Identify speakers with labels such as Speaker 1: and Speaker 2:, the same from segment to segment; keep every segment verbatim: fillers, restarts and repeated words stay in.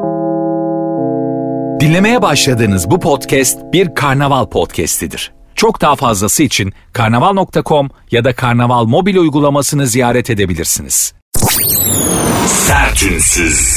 Speaker 1: Dinlemeye başladığınız bu podcast bir karnaval podcastidir. Çok daha fazlası için karnaval nokta com ya da karnaval mobil uygulamasını ziyaret edebilirsiniz. Sertünsüz.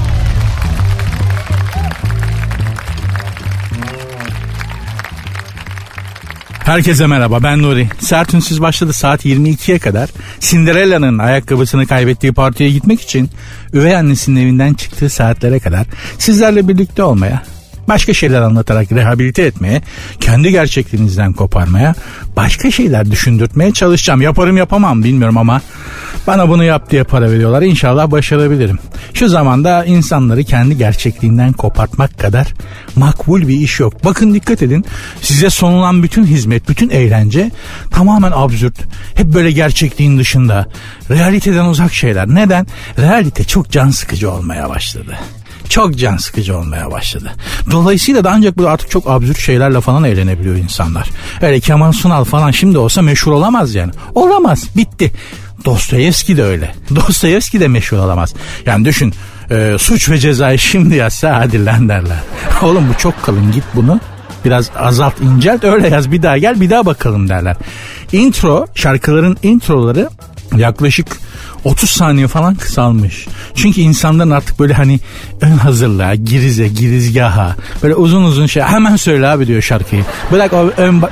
Speaker 2: Herkese merhaba, ben Nuri. Sertünsüz başladı. Saat yirmi ikiye kadar Cinderella'nın ayakkabısını kaybettiği partiye gitmek için üvey annesinin evinden çıktığı saatlere kadar sizlerle birlikte olmaya, başka şeyler anlatarak rehabilite etmeye, kendi gerçekliğinizden koparmaya, başka şeyler düşündürtmeye çalışacağım. Yaparım yapamam bilmiyorum ama bana bunu yap diye para veriyorlar. İnşallah başarabilirim. Şu zamanda insanları kendi gerçekliğinden kopartmak kadar makbul bir iş yok. Bakın dikkat edin, size sunulan bütün hizmet, bütün eğlence tamamen absürt. Hep böyle gerçekliğin dışında, realiteden uzak şeyler. Neden? Realite çok can sıkıcı olmaya başladı. Çok can sıkıcı olmaya başladı. Dolayısıyla da ancak bu artık çok absürt şeylerle falan eğlenebiliyor insanlar. Öyle Kemal Sunal falan şimdi olsa meşhur olamaz yani. Olamaz, bitti. Dostoyevski de öyle. Dostoyevski de meşhur olamaz. Yani düşün, e, Suç ve Ceza'yı şimdi yazsa hadi lan derler. Oğlum bu çok kalın, git bunu biraz azalt, incelt, öyle yaz, bir daha gel bir daha bakalım derler. Intro, şarkıların introları yaklaşık otuz saniye falan kısalmış. Çünkü insanların artık böyle hani ön hazırlığa, girize, girizgaha, böyle uzun uzun şey, hemen söyle abi diyor şarkıyı. Bırak o ön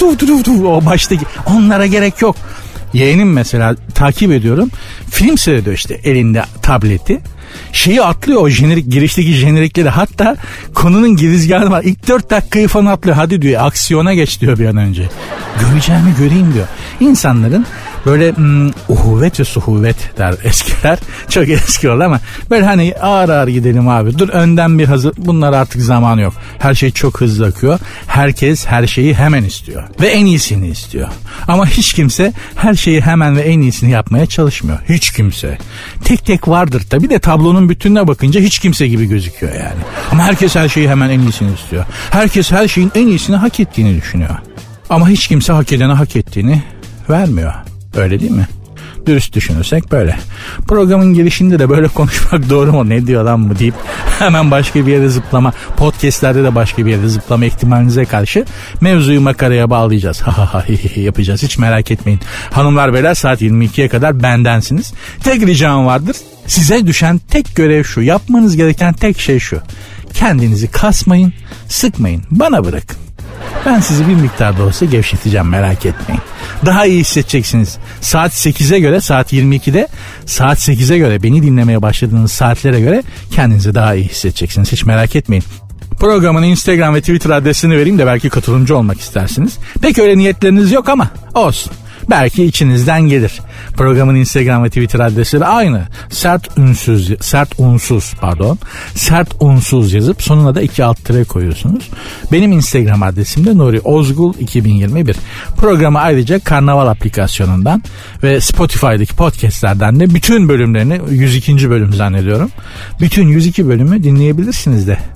Speaker 2: o baştaki, onlara gerek yok. Yeğenim mesela takip ediyorum. Film seyrediyor işte elinde tableti. Şeyi atlıyor, o jenerik, girişteki jenerikleri, hatta konunun girizgahı var. İlk dört dakikayı falan atlıyor. Hadi diyor, aksiyona geç diyor bir an önce. Göreceğimi göreyim diyor. İnsanların böyle hmm, uhuvvet ve suhuvvet der eskiler. Çok eski oldu ama böyle hani ağır ağır gidelim abi. Dur önden bir hazır. Bunlar artık zaman yok. Her şey çok hızlı akıyor. Herkes her şeyi hemen istiyor. Ve en iyisini istiyor. Ama hiç kimse her şeyi hemen ve en iyisini yapmaya çalışmıyor. Hiç kimse. Tek tek vardır tabii de tablonun bütününe bakınca hiç kimse gibi gözüküyor yani. Ama herkes her şeyi hemen en iyisini istiyor. Herkes her şeyin en iyisini hak ettiğini düşünüyor. Ama hiç kimse hak edene hak ettiğini vermiyor. Öyle değil mi? Dürüst düşünürsek böyle. Programın girişinde de böyle konuşmak doğru mu, ne diyor lan bu deyip hemen başka bir yere zıplama, podcastlerde de başka bir yere zıplama ihtimalinize karşı mevzuyu makaraya bağlayacağız. Ha ha ha yapacağız, hiç merak etmeyin. Hanımlar beyler, saat yirmi ikiye kadar bendensiniz. Tek ricam vardır. Size düşen tek görev şu. Yapmanız gereken tek şey şu. Kendinizi kasmayın, sıkmayın. Bana bırakın. Ben sizi bir miktar da olsa gevşeteceğim, merak etmeyin. Daha iyi hissedeceksiniz. Saat sekize göre, saat yirmi ikide, saat sekize göre, beni dinlemeye başladığınız saatlere göre kendinizi daha iyi hissedeceksiniz. Hiç merak etmeyin. Programın Instagram ve Twitter adresini vereyim de belki katılımcı olmak istersiniz. Pek öyle niyetleriniz yok ama olsun. Belki içinizden gelir. Programın Instagram ve Twitter adresleri aynı. Sert unsuz, sert unsuz pardon. Sert unsuz yazıp sonuna da iki alt tire koyuyorsunuz. Benim Instagram adresim de Nuri Ozgul iki bin yirmi bir. Programı ayrıca Karnaval aplikasyonundan ve Spotify'daki podcastlerden de bütün bölümlerini, yüz ikinci bölüm zannediyorum, bütün yüz iki bölümü dinleyebilirsiniz de.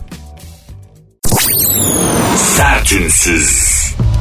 Speaker 1: Sertünsüz.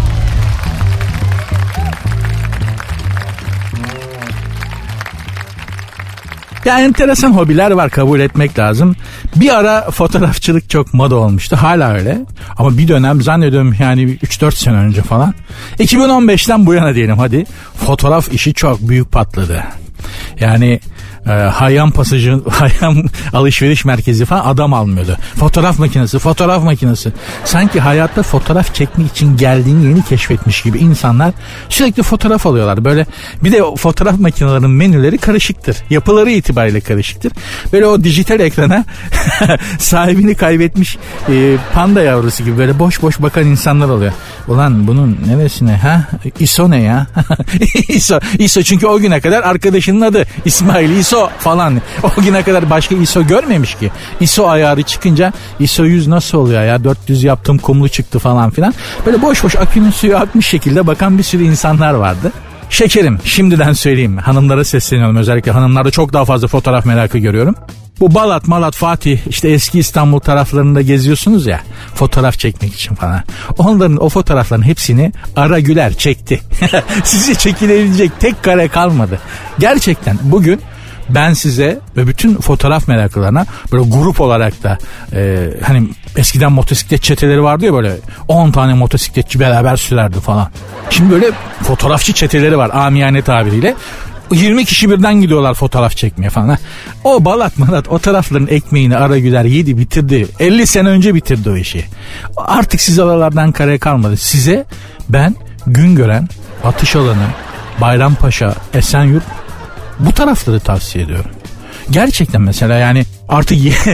Speaker 2: Ya enteresan hobiler var, kabul etmek lazım. Bir ara fotoğrafçılık çok moda olmuştu. Hala öyle. Ama bir dönem zannediyorum yani üç dört sene önce falan. iki bin on beşten bu yana diyelim hadi. Fotoğraf işi çok büyük patladı. Yani e, Hayyam pasajı, Hayyam alışveriş merkezi falan adam almıyordu. Fotoğraf makinesi, fotoğraf makinesi. Sanki hayatta fotoğraf çekmek için geldiğini yeni keşfetmiş gibi insanlar sürekli fotoğraf alıyorlar. Böyle bir de fotoğraf makinelerinin menüleri karışıktır. Yapıları itibariyle karışıktır. Böyle o dijital ekrana sahibini kaybetmiş e, panda yavrusu gibi böyle boş boş bakan insanlar oluyor. Ulan bunun neresine ha? I S O ne ya? I S O. I S O çünkü o güne kadar arkadaşının adı İsmail I S O falan. O güne kadar başka I S O görmemiş ki. I S O ayarı çıkınca I S O yüz nasıl oluyor ya? dört yüz yaptım kumlu çıktı falan filan. Böyle boş boş akünün suyu akmış şekilde bakan bir sürü insanlar vardı. Şekerim, şimdiden söyleyeyim. Hanımlara sesleniyorum, özellikle hanımlarda çok daha fazla fotoğraf merakı görüyorum. Bu Balat, Malat, Fatih, işte eski İstanbul taraflarında geziyorsunuz ya, fotoğraf çekmek için falan. Onların o fotoğrafların hepsini Ara Güler çekti. Sizi çekilebilecek tek kare kalmadı. Gerçekten bugün ben size ve bütün fotoğraf meraklılarına böyle grup olarak da e, hani eskiden motosiklet çeteleri vardı ya, böyle on tane motosikletçi beraber sürerdi falan. Şimdi böyle fotoğrafçı çeteleri var amiyane tabiriyle. yirmi kişi birden gidiyorlar fotoğraf çekmeye falan. O Balat Malat o tarafların ekmeğini ara güler yedi bitirdi. elli sene önce bitirdi o işi. Artık size oralardan kare kalmadı. Size ben Güngören, Atışalanı, Bayrampaşa, Esenyurt bu tarafları tavsiye ediyorum. Gerçekten mesela yani artık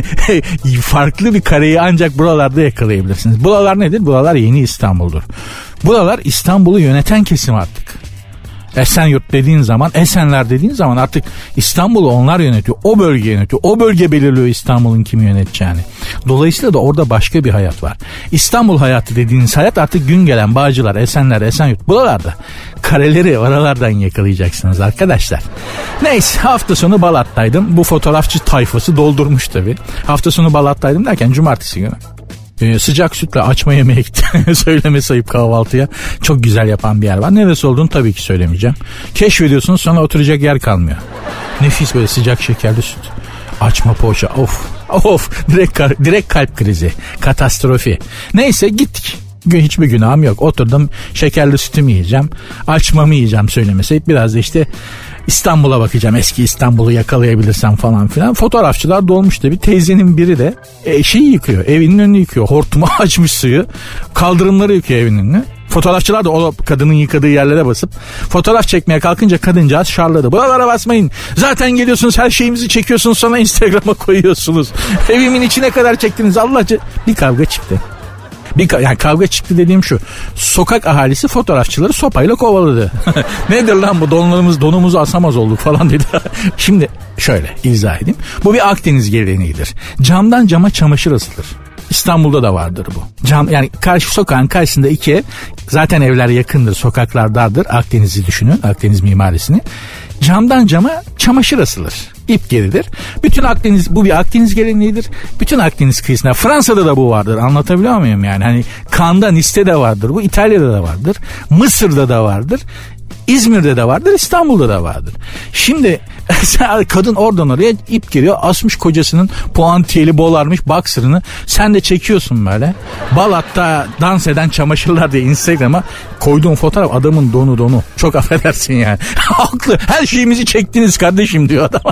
Speaker 2: farklı bir kareyi ancak buralarda yakalayabilirsiniz. Buralar nedir? Buralar yeni İstanbul'dur. Buralar İstanbul'u yöneten kesim artık. Esenyurt dediğin zaman, Esenler dediğin zaman artık İstanbul'u onlar yönetiyor. O bölge yönetiyor. O bölge belirliyor İstanbul'un kimi yöneteceğini. Dolayısıyla da orada başka bir hayat var. İstanbul hayatı dediğiniz hayat artık Güngören, Bağcılar, Esenler, Esenyurt buralarda. Kareleri oralardan yakalayacaksınız arkadaşlar. Neyse, hafta sonu Balat'taydım. Bu fotoğrafçı tayfası doldurmuş tabii. Hafta sonu Balat'taydım derken cumartesi günü. Ee, sıcak sütle açma yemeğe gitti. Söyleme sayıp kahvaltıya. Çok güzel yapan bir yer var. Neresi olduğunu tabii ki söylemeyeceğim. Keşfediyorsunuz, sonra oturacak yer kalmıyor. Nefis böyle sıcak şekerli süt. Açma poğaça. Of. Of. Direkt, direkt kalp krizi. Katastrofi. Neyse gittik. Hiçbir günahım yok. Oturdum, şekerli sütümü yiyeceğim. Açmamı yiyeceğim söyleme sayıp. Biraz da işte İstanbul'a bakacağım. Eski İstanbul'u yakalayabilirsem falan filan. Fotoğrafçılar dolmuş tabii. Teyzenin biri de e, şeyi yıkıyor. Evinin önünü yıkıyor. Hortumu açmış suyu. Kaldırımları yıkıyor evinin önünü. Fotoğrafçılar da o kadının yıkadığı yerlere basıp fotoğraf çekmeye kalkınca kadıncağız şarladı. Buralara basmayın. Zaten geliyorsunuz, her şeyimizi çekiyorsunuz, sonra Instagram'a koyuyorsunuz. Evimin içine kadar çektiniz. Allah'ça bir kavga çıktı. Bir, yani kavga çıktı dediğim şu: sokak ahalisi fotoğrafçıları sopayla kovaladı. Nedir lan bu, donlarımız donumuzu asamaz olduk falan dedi. Şimdi şöyle izah edeyim. Bu bir Akdeniz geleneğidir. Camdan cama çamaşır asılır. İstanbul'da da vardır bu. Cam, yani karşı sokağın karşısında iki ev. Zaten evler yakındır, sokaklar dardır. Akdeniz'i düşünün, Akdeniz mimarisini. Camdan cama çamaşır asılır. İp gerilir. Bütün Akdeniz, bu bir Akdeniz geleneğidir. Bütün Akdeniz kıyısında, Fransa'da da bu vardır. Anlatabiliyor muyum yani? Hani Cannes'da, Nice'de de vardır. Bu İtalya'da da vardır. Mısır'da da vardır. İzmir'de de vardır, İstanbul'da da vardır. Şimdi kadın oradan oraya ip giriyor, asmış kocasının puantiyeli bolarmış boxer'ını. Sen de çekiyorsun böyle. Balat'ta dans eden çamaşırlar diye Instagram'a koyduğun fotoğraf, adamın donu donu. Çok affedersin yani. Haklı. Her şeyimizi çektiniz kardeşim diyor adam.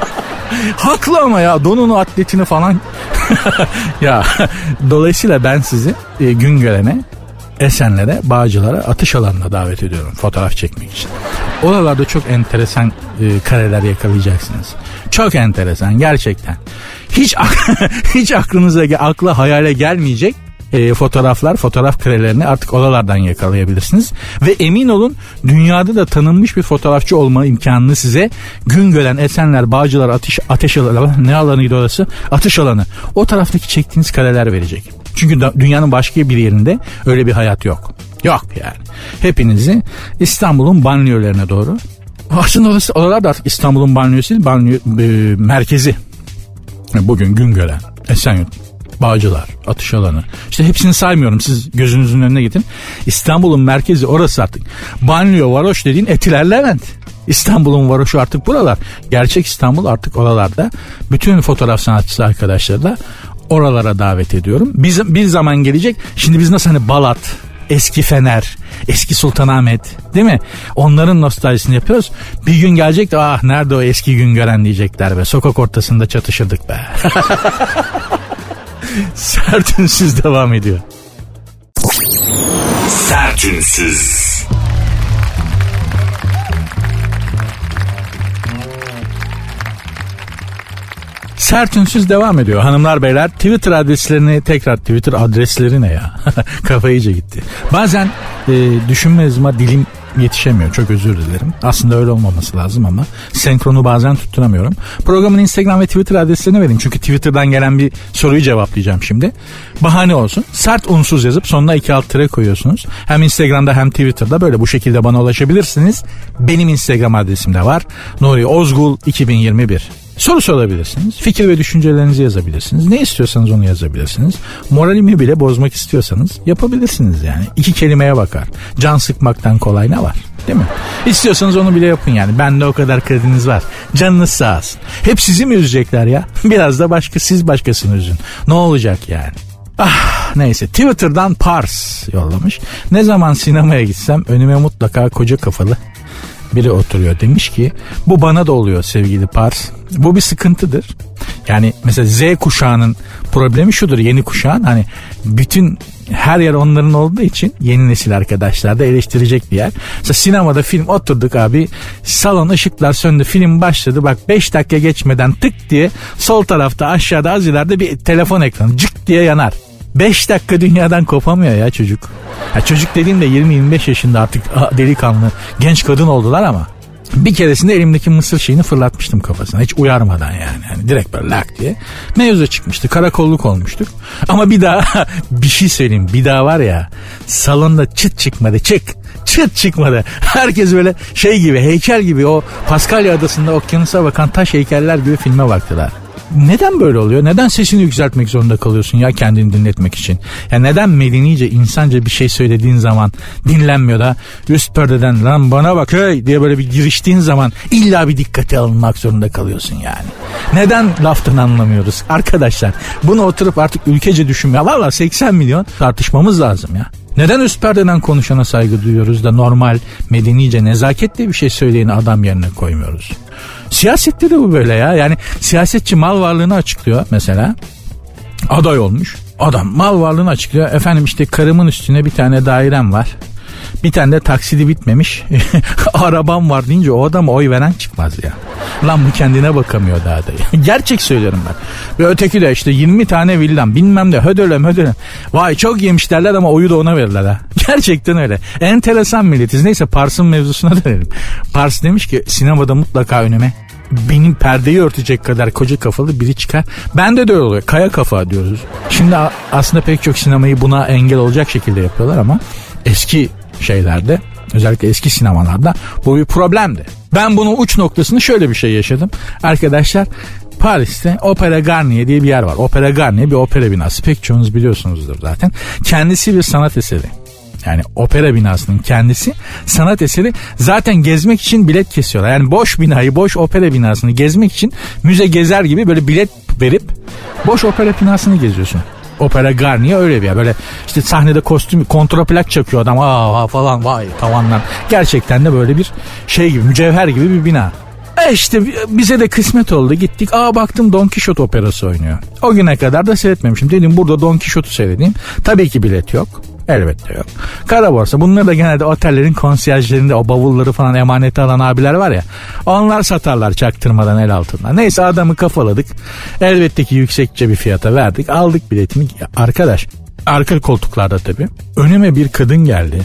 Speaker 2: Haklı ama ya, donunu, atletini falan. Ya dolayısıyla ben sizi e, Güngören'e, Esenler'e, Bağcılar'a, Atışalanı'na davet ediyorum fotoğraf çekmek için. Oralarda çok enteresan e, kareler yakalayacaksınız. Çok enteresan gerçekten. Hiç hiç aklınıza, akla hayale gelmeyecek e, fotoğraflar, fotoğraf karelerini artık oralardan yakalayabilirsiniz. Ve emin olun, dünyada da tanınmış bir fotoğrafçı olma imkanını size Güngören, Esenler, Bağcılar, Ateş, Ateşalanı, ne alanıydı orası? Atışalanı. O taraftaki çektiğiniz kareler verecek. Çünkü da, dünyanın başka bir yerinde öyle bir hayat yok. Yok yani. Hepinizi İstanbul'un banliyölerine doğru. Aslında orası, oralar da artık İstanbul'un banliyosu değil, banliyo, e, merkezi. Bugün Güngören, Esenyurt, Bağcılar, Atışalanı. İşte hepsini saymıyorum, siz gözünüzün önüne getirin. İstanbul'un merkezi orası artık. Banliyö, varoş dediğin Etiler, Levent. İstanbul'un varoşu artık buralar. Gerçek İstanbul artık oralarda. Bütün fotoğraf sanatçısı arkadaşları da oralara davet ediyorum. Biz, bir zaman gelecek. Şimdi biz nasıl hani Balat, eski Fener, eski Sultanahmet, değil mi? Onların nostaljisini yapıyoruz. Bir gün gelecek de ah nerede o eski Güngören diyecekler be. Sokak ortasında çatışırdık be. Sertünsüz devam ediyor.
Speaker 1: Sertünsüz.
Speaker 2: Sertünsüz devam ediyor hanımlar beyler. Twitter adreslerini tekrar, Twitter adresleri ne ya? Kafa iyice gitti. Bazen e, düşünme hızıma dilim yetişemiyor. Çok özür dilerim. Aslında öyle olmaması lazım ama senkronu bazen tutturamıyorum. Programın Instagram ve Twitter adreslerini vereyim. Çünkü Twitter'dan gelen bir soruyu cevaplayacağım şimdi. Bahane olsun. Sert unsuz yazıp sonuna iki alt tire koyuyorsunuz. Hem Instagram'da hem Twitter'da böyle bu şekilde bana ulaşabilirsiniz. Benim Instagram adresim de var. Nuri Ozgul iki bin yirmi bir. Soru sorabilirsiniz. Fikir ve düşüncelerinizi yazabilirsiniz. Ne istiyorsanız onu yazabilirsiniz. Moralimi bile bozmak istiyorsanız yapabilirsiniz yani. İki kelimeye bakar. Can sıkmaktan kolay ne var? Değil mi? İstiyorsanız onu bile yapın yani. Bende o kadar krediniz var. Canınız sağ olsun. Hep sizi mi üzecekler ya? Biraz da başka, siz başkasını üzün. Ne olacak yani? Ah neyse, Twitter'dan Pars yollamış. Ne zaman sinemaya gitsem önüme mutlaka koca kafalı biri oturuyor. Demiş ki bu bana da oluyor sevgili Pars. Bu bir sıkıntıdır. Yani mesela Z kuşağının problemi şudur, yeni kuşağın hani bütün her yer onların olduğu için yeni nesil arkadaşlar da eleştirecek bir yer. Mesela sinemada film oturduk abi, salon ışıklar söndü, film başladı, bak beş dakika geçmeden tık diye sol tarafta aşağıda az ileride bir telefon ekranı cık diye yanar. beş dakika dünyadan kopamıyor ya çocuk. Ya çocuk dediğim de yirmi yirmi beş yaşında artık delikanlı genç kadın oldular ama bir keresinde elimdeki mısır şeyini fırlatmıştım kafasına. Hiç uyarmadan yani. yani direkt böyle lak diye. Mevzu çıkmıştı. Karakolluk olmuştuk. Ama bir daha bir şey söyleyeyim. Bir daha var ya, salonda çıt çıkmadı. Çık. Çıt çıkmadı. Herkes böyle şey gibi, heykel gibi, o Paskalya Adası'nda okyanusa bakan taş heykeller gibi filme baktılar. Neden böyle oluyor? Neden sesini yükseltmek zorunda kalıyorsun ya kendini dinletmek için? Ya neden medenice, insanca bir şey söylediğin zaman dinlenmiyor da üst perdeden lan bana bak hey diye böyle bir giriştiğin zaman illa bir dikkate alınmak zorunda kalıyorsun yani? Neden laftan anlamıyoruz? Arkadaşlar bunu oturup artık ülkece düşünmeye, valla seksen milyon tartışmamız lazım ya. Neden üst perdeden konuşana saygı duyuyoruz da normal, medenice, nezaketle bir şey söyleyeni adam yerine koymuyoruz? Siyasette de bu böyle ya. Yani siyasetçi mal varlığını açıklıyor mesela. Aday olmuş. Adam mal varlığını açıklıyor. Efendim işte karımın üstüne bir tane dairem var. Bir tane de taksidi bitmemiş. Arabam var deyince o adama oy veren çıkmaz ya. Lan bu kendine bakamıyor daha da. Gerçek söylüyorum ben. Ve öteki de işte yirmi tane villam bilmem de hödölem hödölem. Vay çok yemiş derler ama oyu da ona verirler ha. Gerçekten öyle. Enteresan milletiz. Neyse Pars'ın mevzusuna dönelim. Pars demiş ki sinemada mutlaka önüme benim perdeyi örtecek kadar koca kafalı biri çıkar. Bende de öyle oluyor. Kaya kafa diyoruz. Şimdi aslında pek çok sinemayı buna engel olacak şekilde yapıyorlar ama eski şeylerde, özellikle eski sinemalarda bu bir problemdi. Ben bunun uç noktasını şöyle bir şey yaşadım. Arkadaşlar Paris'te Opera Garnier diye bir yer var. Opera Garnier bir opera binası. Pek çoğunuz biliyorsunuzdur zaten. Kendisi bir sanat eseri. Yani opera binasının kendisi sanat eseri. Zaten gezmek için bilet kesiyorlar. Yani boş binayı, boş opera binasını gezmek için müze gezer gibi böyle bilet verip boş opera binasını geziyorsun. Opera Garnier öyle bir yer. Böyle işte sahnede kostüm, kontraplak çakıyor adam. Aa falan vay tavandan. Gerçekten de böyle bir şey gibi, mücevher gibi bir bina. E işte bize de kısmet oldu. Gittik. Aa baktım Don Quixote operası oynuyor. O güne kadar da seyretmemişim. Dedim burada Don Quixote'u seyredeyim. Tabii ki bilet yok. Elbette yok. Kara borsa. Bunlar da genelde otellerin konsiyerjlerinde o bavulları falan emanete alan abiler var ya. Onlar satarlar çaktırmadan el altından. Neyse adamı kafaladık. Elbette ki yüksekçe bir fiyata verdik. Aldık biletimi. Arkadaş arka koltuklarda tabii. Önüme bir kadın geldi.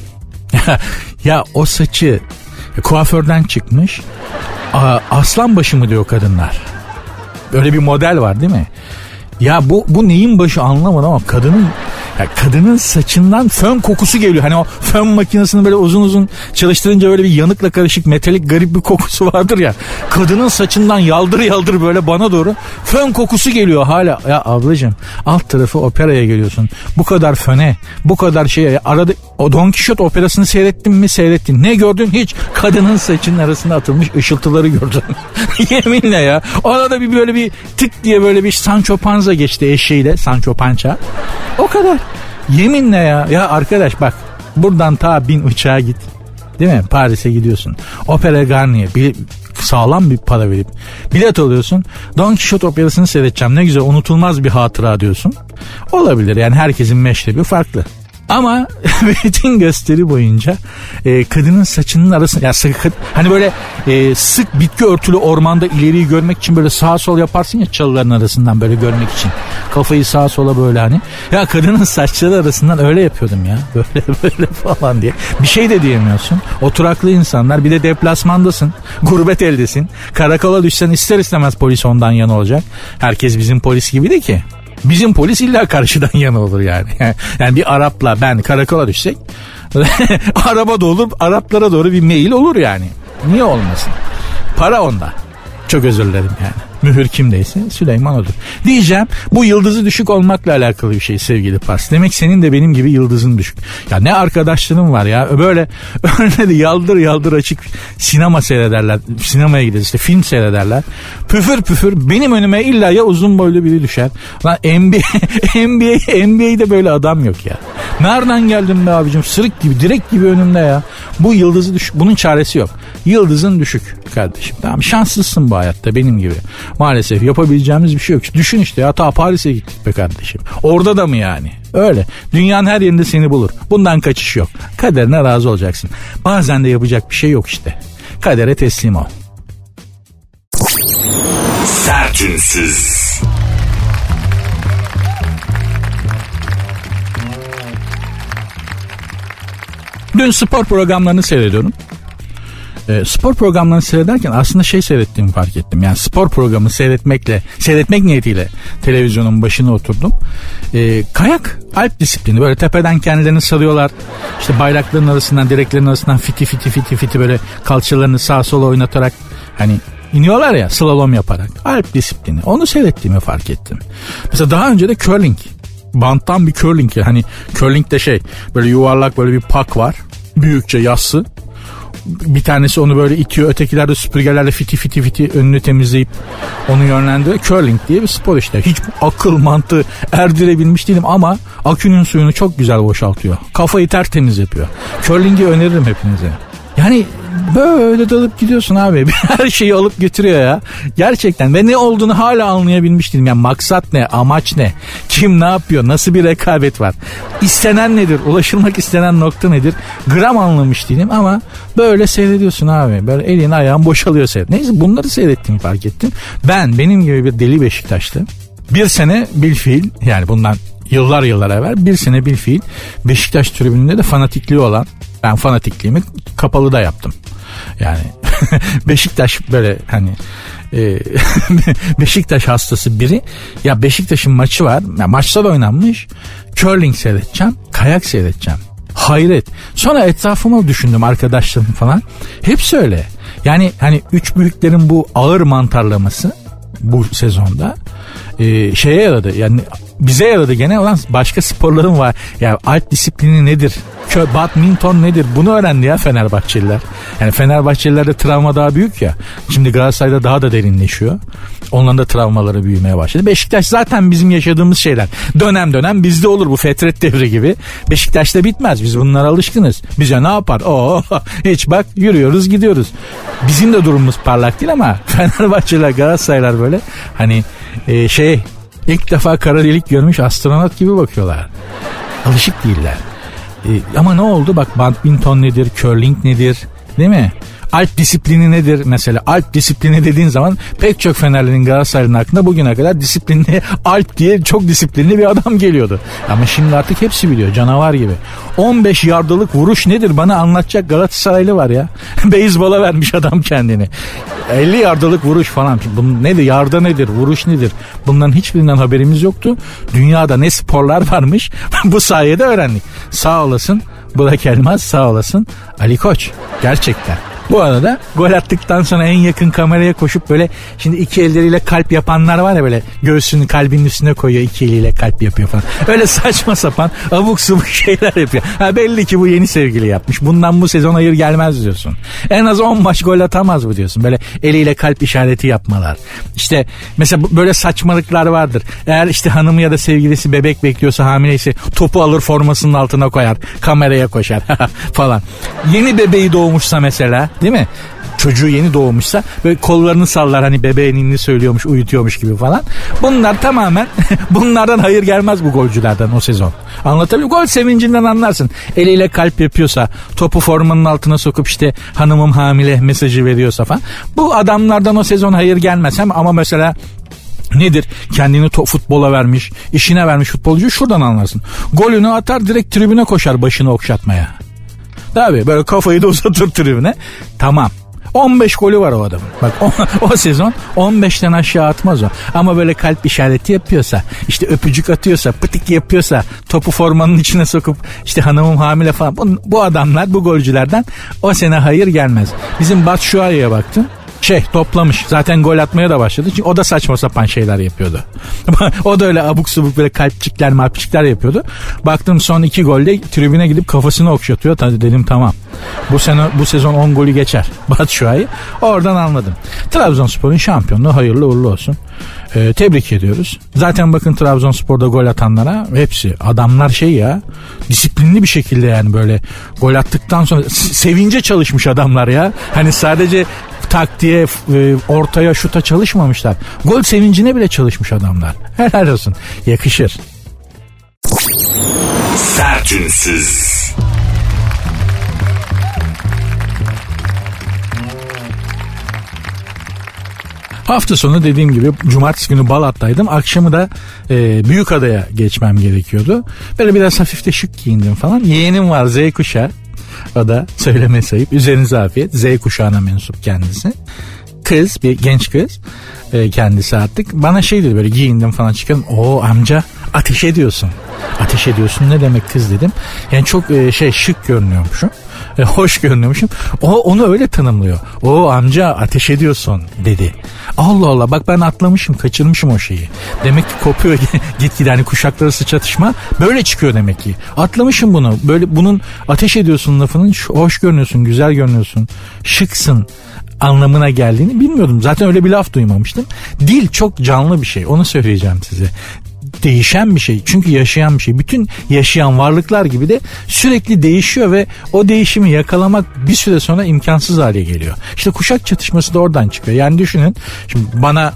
Speaker 2: Ya o saçı kuaförden çıkmış. Aslan başı mı diyor kadınlar. Böyle bir model var değil mi? Ya bu bu neyin başı anlamadım ama kadının ya kadının saçından fön kokusu geliyor. Hani o fön makinesini böyle uzun uzun çalıştırınca böyle bir yanıkla karışık metalik garip bir kokusu vardır ya. Kadının saçından yaldır yaldır böyle bana doğru fön kokusu geliyor hala. Ya ablacığım alt tarafı operaya geliyorsun. Bu kadar föne, bu kadar şeye arada o Don Quixote operasını seyrettin mi? Seyrettin. Ne gördün? Hiç. Kadının saçının arasında atılmış ışıltıları gördün. Yeminle ya. Orada bir böyle bir tık diye böyle bir Sancho Panza geçti eşeğiyle. Sancho Pança. O kadar. Yeminle ya. Ya arkadaş bak. Buradan ta bin uçağa git. Değil mi? Paris'e gidiyorsun. Opera Garnier. Bir, sağlam bir para verip bilet alıyorsun. Don Quixote operasını seyredeceğim. Ne güzel unutulmaz bir hatıra diyorsun. Olabilir. Yani herkesin meşrebi farklı. Ama bütün gösteri boyunca e, kadının saçının arasında ya sık, hani böyle e, sık bitki örtülü ormanda ileriyi görmek için böyle sağa sol yaparsın ya çalıların arasından böyle görmek için. Kafayı sağa sola böyle hani. Ya kadının saçları arasından öyle yapıyordum ya. Böyle böyle falan diye. Bir şey de diyemiyorsun. Oturaklı insanlar, bir de deplasmandasın. Gurbet eldesin. Karakola düşsen ister istemez polis ondan yana olacak. Herkes bizim polis gibi de ki. Bizim polis illa karşıdan yana olur yani. Yani bir Arap'la ben karakola düşsek araba da olur, Araplara doğru bir mail olur yani. Niye olmasın? Para onda. Çok özür dilerim yani. Mühür kimdeyse Süleyman odur. Diyeceğim, bu yıldızı düşük olmakla alakalı bir şey sevgili Pars. Demek senin de benim gibi yıldızın düşük. Ya ne arkadaşlarım var ya. Böyle önüne yaldır yaldır açık sinema seyrederler. Sinemaya gideriz işte, film seyrederler. Püfür püfür benim önüme illa ya uzun boylu biri düşer. Lan N B A N B A N B A'de böyle adam yok ya. Nereden geldin be abicim? Sırık gibi, direkt gibi önümde ya. Bu yıldızı düşük. Bunun çaresi yok. Yıldızın düşük kardeşim. Tamam, şanslısın bu hayatta benim gibi. Maalesef yapabileceğimiz bir şey yok. Düşün işte ya, ta Paris'e gittik be kardeşim. Orada da mı yani? Öyle. Dünyanın her yerinde seni bulur. Bundan kaçış yok. Kaderine razı olacaksın. Bazen de yapacak bir şey yok işte. Kadere teslim ol.
Speaker 1: Sertünsüz.
Speaker 2: Dün spor programlarını seyrediyorum. E, spor programlarını seyrederken aslında şey seyrettiğimi fark ettim. Yani spor programı seyretmekle, seyretmek niyetiyle televizyonun başına oturdum. E, kayak, alp disiplini, böyle tepeden kendilerini sarıyorlar. İşte bayrakların arasından, direklerin arasından fiti fiti fiti fiti böyle kalçalarını sağa sola oynatarak hani iniyorlar ya, slalom yaparak. Alp disiplini. Onu seyrettiğimi fark ettim. Mesela daha önce de curling. Banttan bir curling. Hani curling de şey, böyle yuvarlak böyle bir pak var. Büyükçe yassı. Bir tanesi onu böyle itiyor, ötekiler de süpürgelerle fiti fiti fiti önünü temizleyip onu yönlendiriyor. Curling diye bir spor işte. Hiç akıl mantığı erdirebilmiş değilim ama akünün suyunu çok güzel boşaltıyor. Kafayı tertemiz yapıyor. Curling'i öneririm hepinize. Yani böyle dalıp gidiyorsun abi. Her şeyi alıp götürüyor ya. Gerçekten. Ve ne olduğunu hala anlayabilmiş değilim. Yani maksat ne? Amaç ne? Kim ne yapıyor? Nasıl bir rekabet var? İstenen nedir? Ulaşılmak istenen nokta nedir? Gram anlamış değilim ama böyle seyrediyorsun abi. Böyle elin ayağın boşalıyor seyret. Neyse, bunları seyrettiğimi fark ettim. Ben, benim gibi bir deli Beşiktaşlı, bir sene bilfiil, yani bundan yıllar yıllar evvel bir sene bilfiil Beşiktaş tribününde de fanatikliği olan, ben fanatikliğimi kapalı da yaptım. Yani Beşiktaş böyle hani e, Beşiktaş hastası biri. Ya Beşiktaş'ın maçı var. Ya maçta da oynanmış. Curling seyredeceğim. Kayak seyredeceğim. Hayret. Sonra etrafıma düşündüm, arkadaşlarım falan. Hepsi öyle. Yani hani üç büyüklerin bu ağır mantarlaması bu sezonda e, şeye yaradı. Yani bize yaradı gene. Olan başka sporların var. Ya alp disiplini nedir? Badminton nedir? Bunu öğrendi ya Fenerbahçeliler. Yani Fenerbahçelilerde travma daha büyük ya. Şimdi Galatasaray'da daha da derinleşiyor. Onların da travmaları büyümeye başladı. Beşiktaş zaten bizim yaşadığımız şeyler. Dönem dönem bizde olur bu Fetret devri gibi. Beşiktaş'ta bitmez. Biz bunlara alışkınız. Bize ne yapar? Oo, hiç bak, yürüyoruz gidiyoruz. Bizim de durumumuz parlak değil ama Fenerbahçeliler, Galatasaraylar böyle hani e, şey ilk defa kara delik görmüş astronot gibi bakıyorlar. Alışık değiller. Ee, ama ne oldu? Bak, badminton nedir? Curling nedir? Değil mi? Alp disiplini nedir mesela? Alp disiplini dediğin zaman pek çok Fenerli'nin, Galatasaray'ın aklına bugüne kadar disiplinli, Alp diye çok disiplinli bir adam geliyordu. Ama şimdi artık hepsi biliyor, canavar gibi. on beş yardalık vuruş nedir? Bana anlatacak Galatasaraylı var ya. Beyzbola vermiş adam kendini. elli yardalık vuruş falan. Bunun nedir? Yarda nedir? Vuruş nedir? Bunların hiçbirinden haberimiz yoktu. Dünyada ne sporlar varmış bu sayede öğrendik. Sağ olasın Burak Elmas, sağ olasın Ali Koç. Gerçekten. Bu arada gol attıktan sonra en yakın kameraya koşup böyle, şimdi iki elleriyle kalp yapanlar var ya, böyle göğsünü kalbinin üstüne koyuyor, iki eliyle kalp yapıyor falan. Öyle saçma sapan abuk subuk şeyler yapıyor. Ha, belli ki bu yeni sevgili yapmış. Bundan bu sezon hayır gelmez diyorsun. En az on maç gol atamaz mı diyorsun. Böyle eliyle kalp işareti yapmalar. İşte mesela böyle saçmalıklar vardır. Eğer işte hanımı ya da sevgilisi bebek bekliyorsa, hamileyse, topu alır formasının altına koyar, kameraya koşar falan. Yeni bebeği doğmuşsa mesela, değil mi? Çocuğu yeni doğmuşsa böyle kollarını sallar, hani bebeğin inni söylüyormuş, uyutuyormuş gibi falan. Bunlar tamamen bunlardan hayır gelmez bu golcülerden o sezon. Anlatabiliyor muyum? Gol sevincinden anlarsın. Eliyle kalp yapıyorsa, topu formanın altına sokup işte hanımım hamile mesajı veriyorsa falan. Bu adamlardan o sezon hayır gelmez. Hem ama mesela nedir? Kendini to- futbola vermiş, işine vermiş futbolcuyu şuradan anlarsın. Golünü atar, direkt tribüne koşar başını okşatmaya. Tabii böyle kafayı da uzatır tribüne. Tamam. on beş golü var o adamın. Bak o, o sezon on beşten aşağı atmaz o. Ama böyle kalp işareti yapıyorsa, işte öpücük atıyorsa, pıtık yapıyorsa, topu formanın içine sokup işte hanımım hamile falan. Bu, bu adamlar, bu golcülerden o sene hayır gelmez. Bizim Batshuayi'ye baktım. Şey toplamış. Zaten gol atmaya da başladı. Çünkü o da saçma sapan şeyler yapıyordu. O da öyle abuk subuk böyle kalpçikler marpçikler yapıyordu. Baktım son iki golde tribüne gidip kafasını okşatıyor. Tabii dedim tamam. Bu sene bu sezon on golü geçer Batshuayi. Oradan anladım. Trabzonspor'un şampiyonluğu hayırlı uğurlu olsun. Ee, tebrik ediyoruz. Zaten bakın Trabzonspor'da gol atanlara hepsi adamlar şey ya, disiplinli bir şekilde yani böyle gol attıktan sonra sevince çalışmış adamlar ya. Hani sadece taktiğe, e, ortaya, şuta çalışmamışlar. Gol sevincine bile çalışmış adamlar. Helal olsun. Yakışır.
Speaker 1: Sertünsüz.
Speaker 2: Hafta sonu dediğim gibi cumartesi günü Balat'taydım. Akşamı da e, Büyükada'ya geçmem gerekiyordu. Böyle biraz hafif de şık giyindim falan. Yeğenim var Z kuşağı. O da söyleme sayıp üzerinize afiyet. Z kuşağına mensup kendisi. Kız, bir genç kız e, kendisi artık. Bana şey dedi böyle giyindim falan çıkalım. Oo amca ateş ediyorsun. Ateş ediyorsun ne demek kız dedim. Yani çok e, şey şık görünüyormuşum. E, hoş görünüyormuşum. O onu öyle tanımlıyor. O amca ateş ediyorsun dedi. Allah Allah bak ben atlamışım, kaçırmışım o şeyi. Demek ki kopuyor gitgide hani kuşaklar arası çatışma böyle çıkıyor demek ki. Atlamışım bunu. Böyle bunun ateş ediyorsun lafının hoş görünüyorsun, güzel görünüyorsun, şıksın anlamına geldiğini bilmiyordum. Zaten öyle bir laf duymamıştım. Dil çok canlı bir şey. Onu söyleyeceğim size. Değişen bir şey. Çünkü yaşayan bir şey. Bütün yaşayan varlıklar gibi de sürekli değişiyor ve o değişimi yakalamak bir süre sonra imkansız hale geliyor. İşte kuşak çatışması da oradan çıkıyor. Yani düşünün. Şimdi bana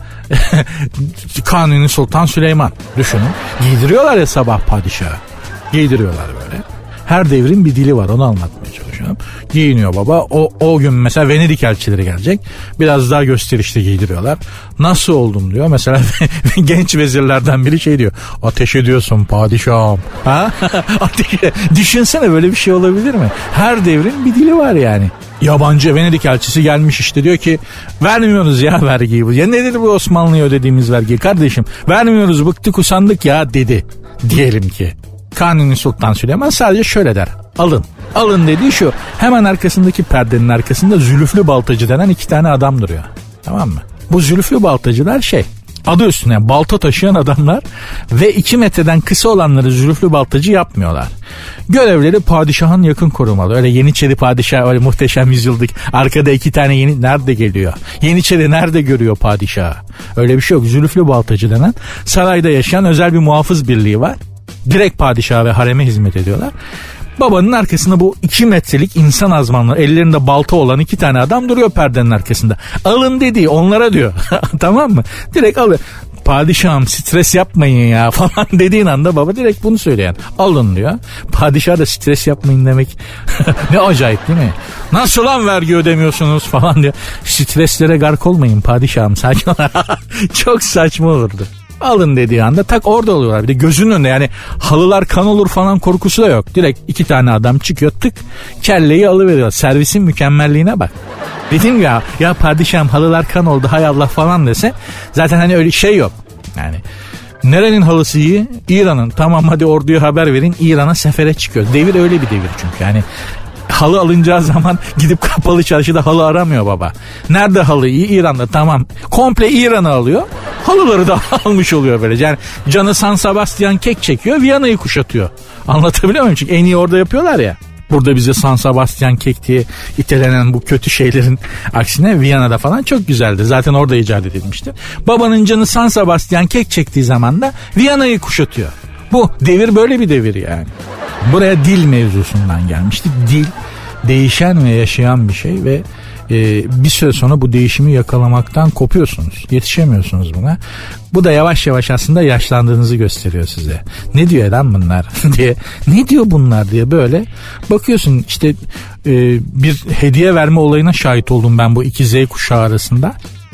Speaker 2: Kanuni Sultan Süleyman düşünün. Giydiriyorlar ya sabah padişahı. Giydiriyorlar böyle. Her devrin bir dili var, onu anlatmaya çalışıyorum. Giyiniyor baba. O, o gün mesela Venedik elçileri gelecek. Biraz daha gösterişli giydiriyorlar. Nasıl oldum diyor. Mesela genç vezirlerden biri şey diyor. Ateş ediyorsun padişahım. Ha? Ateş. Düşünsene böyle bir şey olabilir mi? Her devrin bir dili var yani. Yabancı Venedik elçisi gelmiş işte diyor ki vermiyoruz ya vergiyi. Ya nedir bu Osmanlı'ya ödediğimiz vergi kardeşim? Vermiyoruz bıktık usandık ya dedi. Diyelim ki. Kanuni Sultan Süleyman sadece şöyle der. Alın. Alın dediği şu. Hemen arkasındaki perdenin arkasında zülüflü baltacı denen iki tane adam duruyor. Tamam mı? Bu zülüflü baltacılar şey. Adı üstüne balta taşıyan adamlar ve iki metreden kısa olanları zülüflü baltacı yapmıyorlar. Görevleri padişahın yakın korumalı. Öyle Yeniçeri padişah öyle muhteşem yüzyıldık. Arkada iki tane yeni nerede geliyor? Yeniçeri nerede görüyor padişahı? Öyle bir şey yok. Zülüflü baltacı denen sarayda yaşayan özel bir muhafız birliği var. Direkt padişaha ve hareme hizmet ediyorlar. Babanın arkasında bu iki metrelik insan azmanlı ellerinde balta olan iki tane adam duruyor perdenin arkasında. Alın dediği onlara diyor. Tamam mı? Direkt alın. Padişahım stres yapmayın ya falan dediğin anda baba direkt bunu söyleyen. Alın diyor. Padişah da stres yapmayın demek. Ne acayip değil mi? Nasıl lan vergi ödemiyorsunuz falan diyor. Streslere gark olmayın padişahım sakin ol. Çok saçma olurdu. Alın dediği anda tak orada oluyorlar. Bir de gözünün önünde yani halılar kan olur falan korkusu da yok. Direkt iki tane adam çıkıyor tık kelleyi alıveriyor. Servisin mükemmelliğine bak. Dedim ya ya padişahım halılar kan oldu hay Allah falan dese zaten hani öyle şey yok. Yani nerenin halısı iyi? İran'ın. Tamam hadi orduya haber verin İran'a sefere çıkıyor. Devir öyle bir devir çünkü yani. Halı alınacağı zaman gidip kapalı çarşıda halı aramıyor baba. Nerede halı iyi? İran'da tamam. Komple İran'ı alıyor. Halıları da almış oluyor böyle. Yani canı San Sebastian kek çekiyor. Viyana'yı kuşatıyor. Anlatabiliyor muyum? Çünkü en iyi orada yapıyorlar ya. Burada bize San Sebastian kek diye itelenen bu kötü şeylerin aksine Viyana'da falan çok güzeldi. Zaten orada icat edilmişti. Babanın canı San Sebastian kek çektiği zaman da Viyana'yı kuşatıyor. Bu devir böyle bir devir yani. Buraya dil mevzusundan gelmiştik. Dil değişen ve yaşayan bir şey ve e, bir süre sonra bu değişimi yakalamaktan kopuyorsunuz. Yetişemiyorsunuz buna. Bu da yavaş yavaş aslında yaşlandığınızı gösteriyor size. Ne diyor lan bunlar diye. Ne diyor bunlar diye böyle bakıyorsun işte e, bir hediye verme olayına şahit oldum ben bu iki Z kuşağı arasında.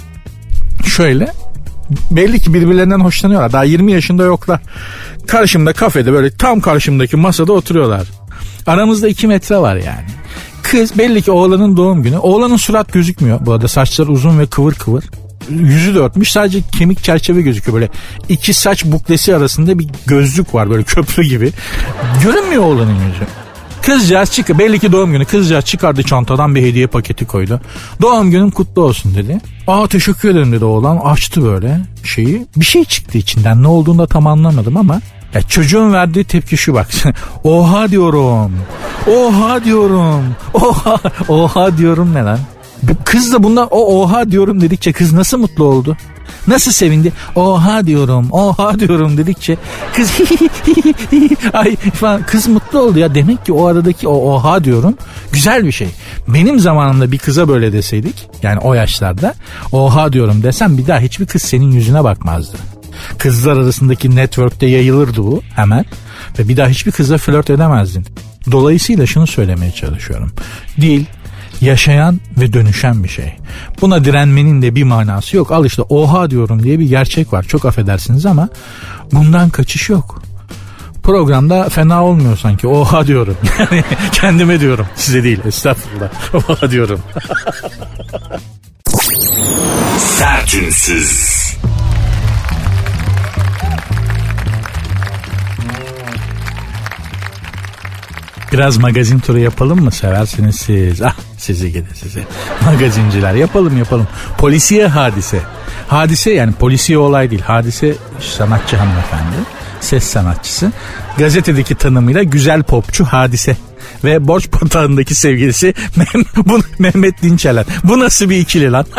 Speaker 2: Şöyle belli ki birbirlerinden hoşlanıyorlar. Daha yirmi yaşında yoklar. Karşımda kafede böyle tam karşımdaki masada oturuyorlar. Aramızda iki metre var yani. Kız belli ki oğlanın doğum günü. Oğlanın surat gözükmüyor. Bu arada saçları uzun ve kıvır kıvır. Yüzü de örtmüş. Sadece kemik çerçeve gözüküyor. Böyle iki saç buklesi arasında bir gözlük var. Böyle köprü gibi. Görünmüyor oğlanın yüzü. Kızcağız çıktı. Belli ki doğum günü. Kızcağız çıkardı çantadan bir hediye paketi koydu. Doğum günün kutlu olsun dedi. Aa teşekkür ederim dedi oğlan. Açtı böyle şeyi. Bir şey çıktı içinden. Ne olduğunu da tam anlamadım ama. Ya çocuğun verdiği tepki şu bak. Oha diyorum. Oha diyorum. Oha. Oha diyorum ne lan? Kız da bundan o oha diyorum dedikçe kız nasıl mutlu oldu? Nasıl sevindi? Oha diyorum, oha diyorum dedikçe kız ay falan, kız mutlu oldu ya. Demek ki o aradaki o oha diyorum güzel bir şey. Benim zamanımda bir kıza böyle deseydik, yani o yaşlarda oha diyorum desem bir daha hiçbir kız senin yüzüne bakmazdı. Kızlar arasındaki network'te yayılırdı bu hemen ve bir daha hiçbir kızla flört edemezdin. Dolayısıyla şunu söylemeye çalışıyorum. Dil yaşayan ve dönüşen bir şey. Buna direnmenin de bir manası yok. Al işte oha diyorum diye bir gerçek var. Çok affedersiniz ama bundan kaçış yok. Programda fena olmuyor sanki. Oha diyorum. Yani kendime diyorum. Size değil. Estağfurullah. Oha diyorum.
Speaker 1: Sertünsüz.
Speaker 2: Biraz magazin turu yapalım mı? Seversiniz siz. Ah sizi gidi sizi. Magazinciler yapalım yapalım. Polisiye hadise. Hadise yani polisiye olay değil. Hadise sanatçı hanımefendi. Ses sanatçısı. Gazetedeki tanımıyla güzel popçu Hadise. Ve Borç Batağı'ndaki sevgilisi bu Mehmet Dinçerler. Bu nasıl bir ikili lan?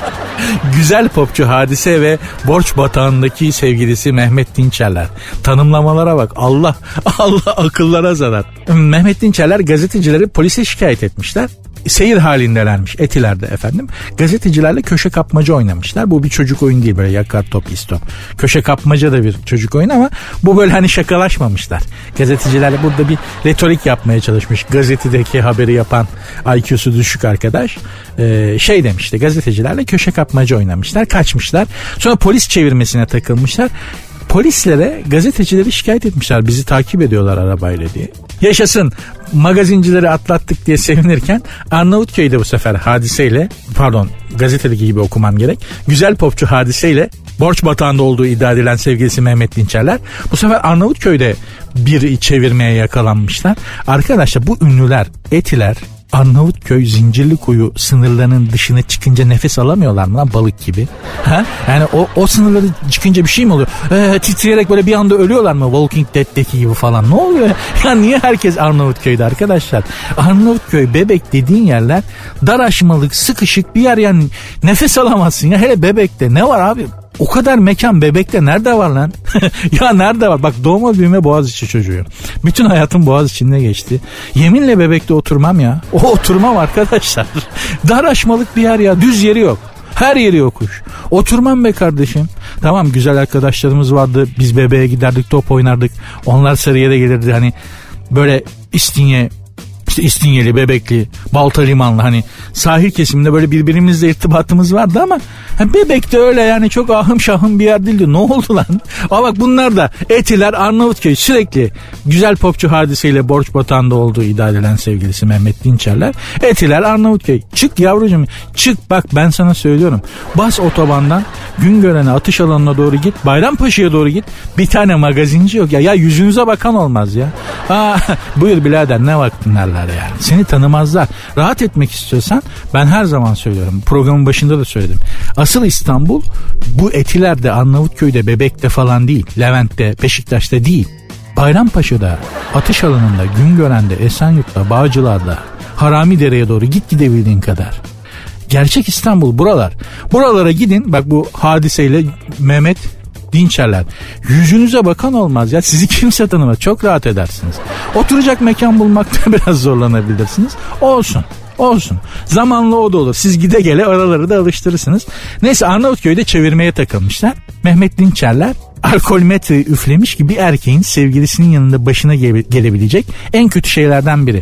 Speaker 2: Güzel popçu Hadise ve Borç Batağı'ndaki sevgilisi Mehmet Dinçerler. Tanımlamalara bak. Allah Allah akıllara zarar. Mehmet Dinçerler gazetecileri polise şikayet etmişler. Seyir halindelermiş Etiler'de efendim. Gazetecilerle köşe kapmaca oynamışlar. Bu bir çocuk oyun değil, böyle yakar top istop. Köşe kapmaca da bir çocuk oyunu ama bu böyle hani şakalaşmamışlar. Gazetecilerle burada bir retorik yapmaya çalışmış. Gazetedeki haberi yapan I Q'su düşük arkadaş. Ee, şey demişti, gazetecilerle köşe kapmaca oynamışlar. Kaçmışlar. Sonra polis çevirmesine takılmışlar. Polislere gazetecileri şikayet etmişler. Bizi takip ediyorlar arabayla diye. Yaşasın, magazincileri atlattık diye sevinirken Arnavutköy'de bu sefer Hadise'yle, pardon gazetedeki gibi okumam gerek, güzel popçu Hadise'yle Borç Batağı'nda olduğu iddia edilen sevgilisi Mehmet Dinçerler bu sefer Arnavutköy'de bir çevirmeye yakalanmışlar. Arkadaşlar bu ünlüler, Etiler, Arnavutköy, Zincirlikuyu sınırlarının dışına çıkınca nefes alamıyorlar mı lan balık gibi? Ha? Yani o, o sınırları çıkınca bir şey mi oluyor? Ee, titreyerek böyle bir anda ölüyorlar mı? Walking Dead'deki gibi falan. Ne oluyor? Ya niye herkes Arnavutköy'de arkadaşlar? Arnavutköy, Bebek dediğin yerler dar aşmalık, sıkışık bir yer, yani nefes alamazsın ya. Hele Bebek'te ne var abi? O kadar mekan Bebek'te nerede var lan? Ya nerede var? Bak doğma büyüme Boğaziçi çocuğuyum. Bütün hayatım Boğaziçi'nde geçti. Yeminle Bebek'te oturmam ya. O oturmam arkadaşlar. Dar aşmalık bir yer ya. Düz yeri yok. Her yeri yokuş. Oturmam be kardeşim. Tamam, güzel arkadaşlarımız vardı. Biz bebeğe giderdik, top oynardık. Onlar Sarıyer'e gelirdi. Hani böyle İstinye, İşte İstinyeli, Bebekli, Balta Limanlı, hani sahil kesiminde böyle birbirimizle irtibatımız vardı ama Bebek'te öyle yani çok ahım şahım bir yer değildi. Ne oldu lan? Ama bak bunlar da Etiler, Arnavutköy, sürekli güzel popçu Hadise'yle Borç Batağı'nda olduğu iddia edilen sevgilisi Mehmet Dinçerler. Etiler, Arnavutköy. Çık yavrucuğum, çık, bak ben sana söylüyorum. Bas otobandan Güngören'e, atış alanına doğru git, Bayrampaşa'ya doğru git. Bir tane magazinci yok ya. Ya yüzünüze bakan olmaz ya. Aa, buyur birader, ne vaktin derler yani. Seni tanımazlar. Rahat etmek istiyorsan, ben her zaman söylüyorum. Programın başında da söyledim. Asıl İstanbul bu Etiler'de, Arnavutköy'de, Bebek'te falan değil. Levent'te, Beşiktaş'ta değil. Bayrampaşa'da, atış alanında, Güngören'de, Esenyurt'ta, Bağcılar'da, Haramidere'ye doğru git gidebildiğin kadar. Gerçek İstanbul buralar. Buralara gidin. Bak bu Hadise'yle Mehmet Dinçerler. Yüzünüze bakan olmaz ya. Sizi kimse tanımaz. Çok rahat edersiniz. Oturacak mekan bulmakta biraz zorlanabilirsiniz. Olsun. Olsun. Zamanla o da olur. Siz gide gele araları da alıştırırsınız. Neyse, Arnavutköy'de çevirmeye takılmışlar. Mehmet Dinçerler alkol metreyi üflemiş gibi erkeğin sevgilisinin yanında başına ge- gelebilecek en kötü şeylerden biri.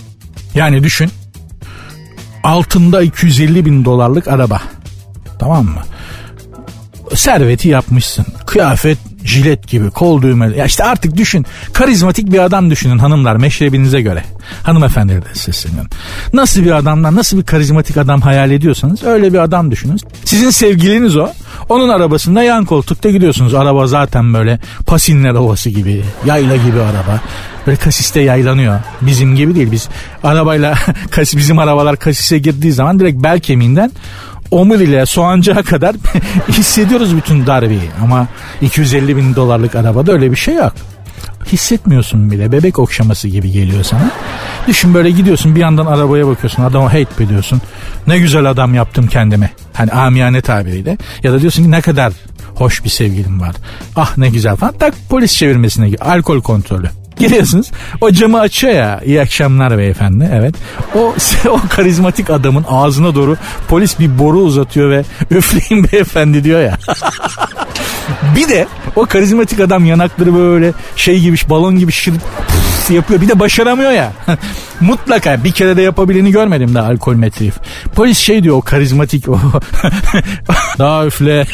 Speaker 2: Yani düşün. Altında iki yüz elli bin dolarlık araba. Tamam mı? Serveti yapmışsın. Kıyafet jilet gibi, kol düğmeli. Ya işte artık düşün. Karizmatik bir adam düşünün hanımlar, meşrebinize göre. Hanımefendiler de sesleniyorum. Nasıl bir adamdan, nasıl bir karizmatik adam hayal ediyorsanız öyle bir adam düşünün. Sizin sevgiliniz o. Onun arabasında yan koltukta gidiyorsunuz. Araba zaten böyle Pasinler Ovası gibi, yayla gibi araba. Böyle kasiste yaylanıyor. Bizim gibi değil. Biz arabayla bizim arabalar kasise girdiği zaman direkt bel kemiğinden omuriyle soğancığa kadar hissediyoruz bütün darbeyi. Ama iki yüz elli bin dolarlık arabada öyle bir şey yok. Hissetmiyorsun bile. Bebek okşaması gibi geliyor sana. Düşün, böyle gidiyorsun, bir yandan arabaya bakıyorsun, adama hate ediyorsun. Ne güzel adam yaptım kendime. Hani amiyane tabiriyle. Ya da diyorsun ki ne kadar hoş bir sevgilim var. Ah ne güzel falan. Tak polis çevirmesine gir. Alkol kontrolü. Giriyorsunuz. O camı açıyor ya. İyi akşamlar beyefendi. Evet. O o karizmatik adamın ağzına doğru polis bir boru uzatıyor ve üfleyin beyefendi diyor ya. Bir de o karizmatik adam yanakları böyle şey gibi, balon gibi şırıp yapıyor. Bir de başaramıyor ya. Mutlaka bir kere de yapabileni görmedim daha alkol metreyi. Polis şey diyor, o karizmatik o. Daha üfle.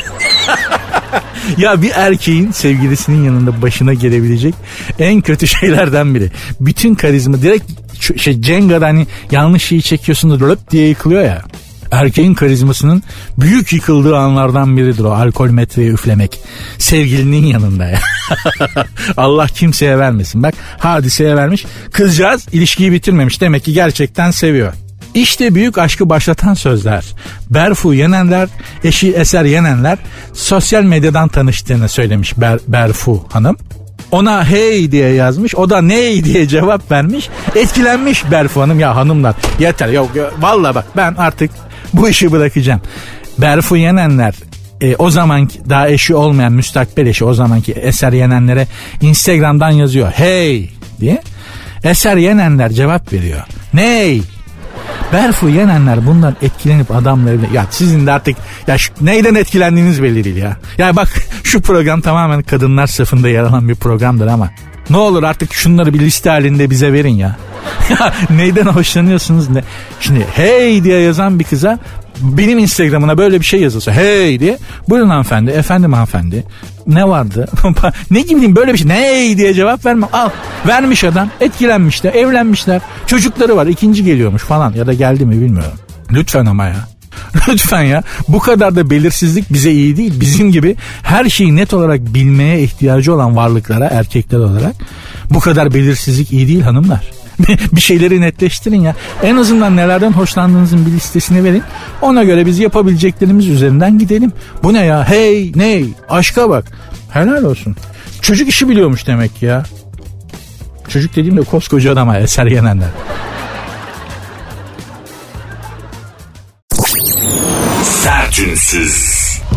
Speaker 2: Ya bir erkeğin sevgilisinin yanında başına gelebilecek en kötü şeylerden biri. Bütün karizma direkt şey Cenga'da hani yanlış şeyi çekiyorsun da röp diye yıkılıyor ya. Erkeğin karizmasının büyük yıkıldığı anlardan biridir o alkol metreye üflemek. Sevgilinin yanında ya. Allah kimseye vermesin. Bak Hadise'ye vermiş. Kızcağız ilişkiyi bitirmemiş. Demek ki gerçekten seviyor. İşte büyük aşkı başlatan sözler. Berfu Yenenler, eşi Eser Yenenler sosyal medyadan tanıştığını söylemiş Ber, Berfu Hanım. Ona hey diye yazmış. O da ney diye cevap vermiş. Etkilenmiş Berfu Hanım. Ya hanımlar yeter. Yok, yok vallahi bak ben artık bu işi bırakacağım. Berfu Yenenler e, o zaman daha eşi olmayan müstakbel eşi o zamanki Eser Yenenlere Instagram'dan yazıyor. Hey diye. Eser Yenenler cevap veriyor. Ney? Berfu Yenenler bundan etkilenip adamlarıyla, ya sizin de artık ya şu, neyden etkilendiğiniz belli değil ya. Ya bak şu program tamamen kadınlar safında yer alan bir programdır ama ne olur artık şunları bir liste halinde bize verin ya. Ya neyden hoşlanıyorsunuz ne? Şimdi hey diye yazan bir kıza benim Instagram'ına böyle bir şey yazılsa hey diye, buyurun hanımefendi, efendim hanımefendi, ne vardı? Ne gibi böyle bir şey, ney diye cevap vermem. Al, vermiş adam, etkilenmişler, evlenmişler, çocukları var, ikinci geliyormuş falan ya da geldi mi bilmiyorum. Lütfen ama ya. Lütfen ya, bu kadar da belirsizlik bize iyi değil. Bizim gibi her şeyi net olarak bilmeye ihtiyacı olan varlıklara, erkekler olarak bu kadar belirsizlik iyi değil hanımlar. Bir şeyleri netleştirin ya. En azından nelerden hoşlandığınızın bir listesini verin. Ona göre biz yapabileceklerimiz üzerinden gidelim. Bu ne ya? Hey, ney? Aşka bak. Helal olsun. Çocuk işi biliyormuş demek ya. Çocuk dediğimde koskoca adama Eser Yenenler.
Speaker 1: Sertünsüz.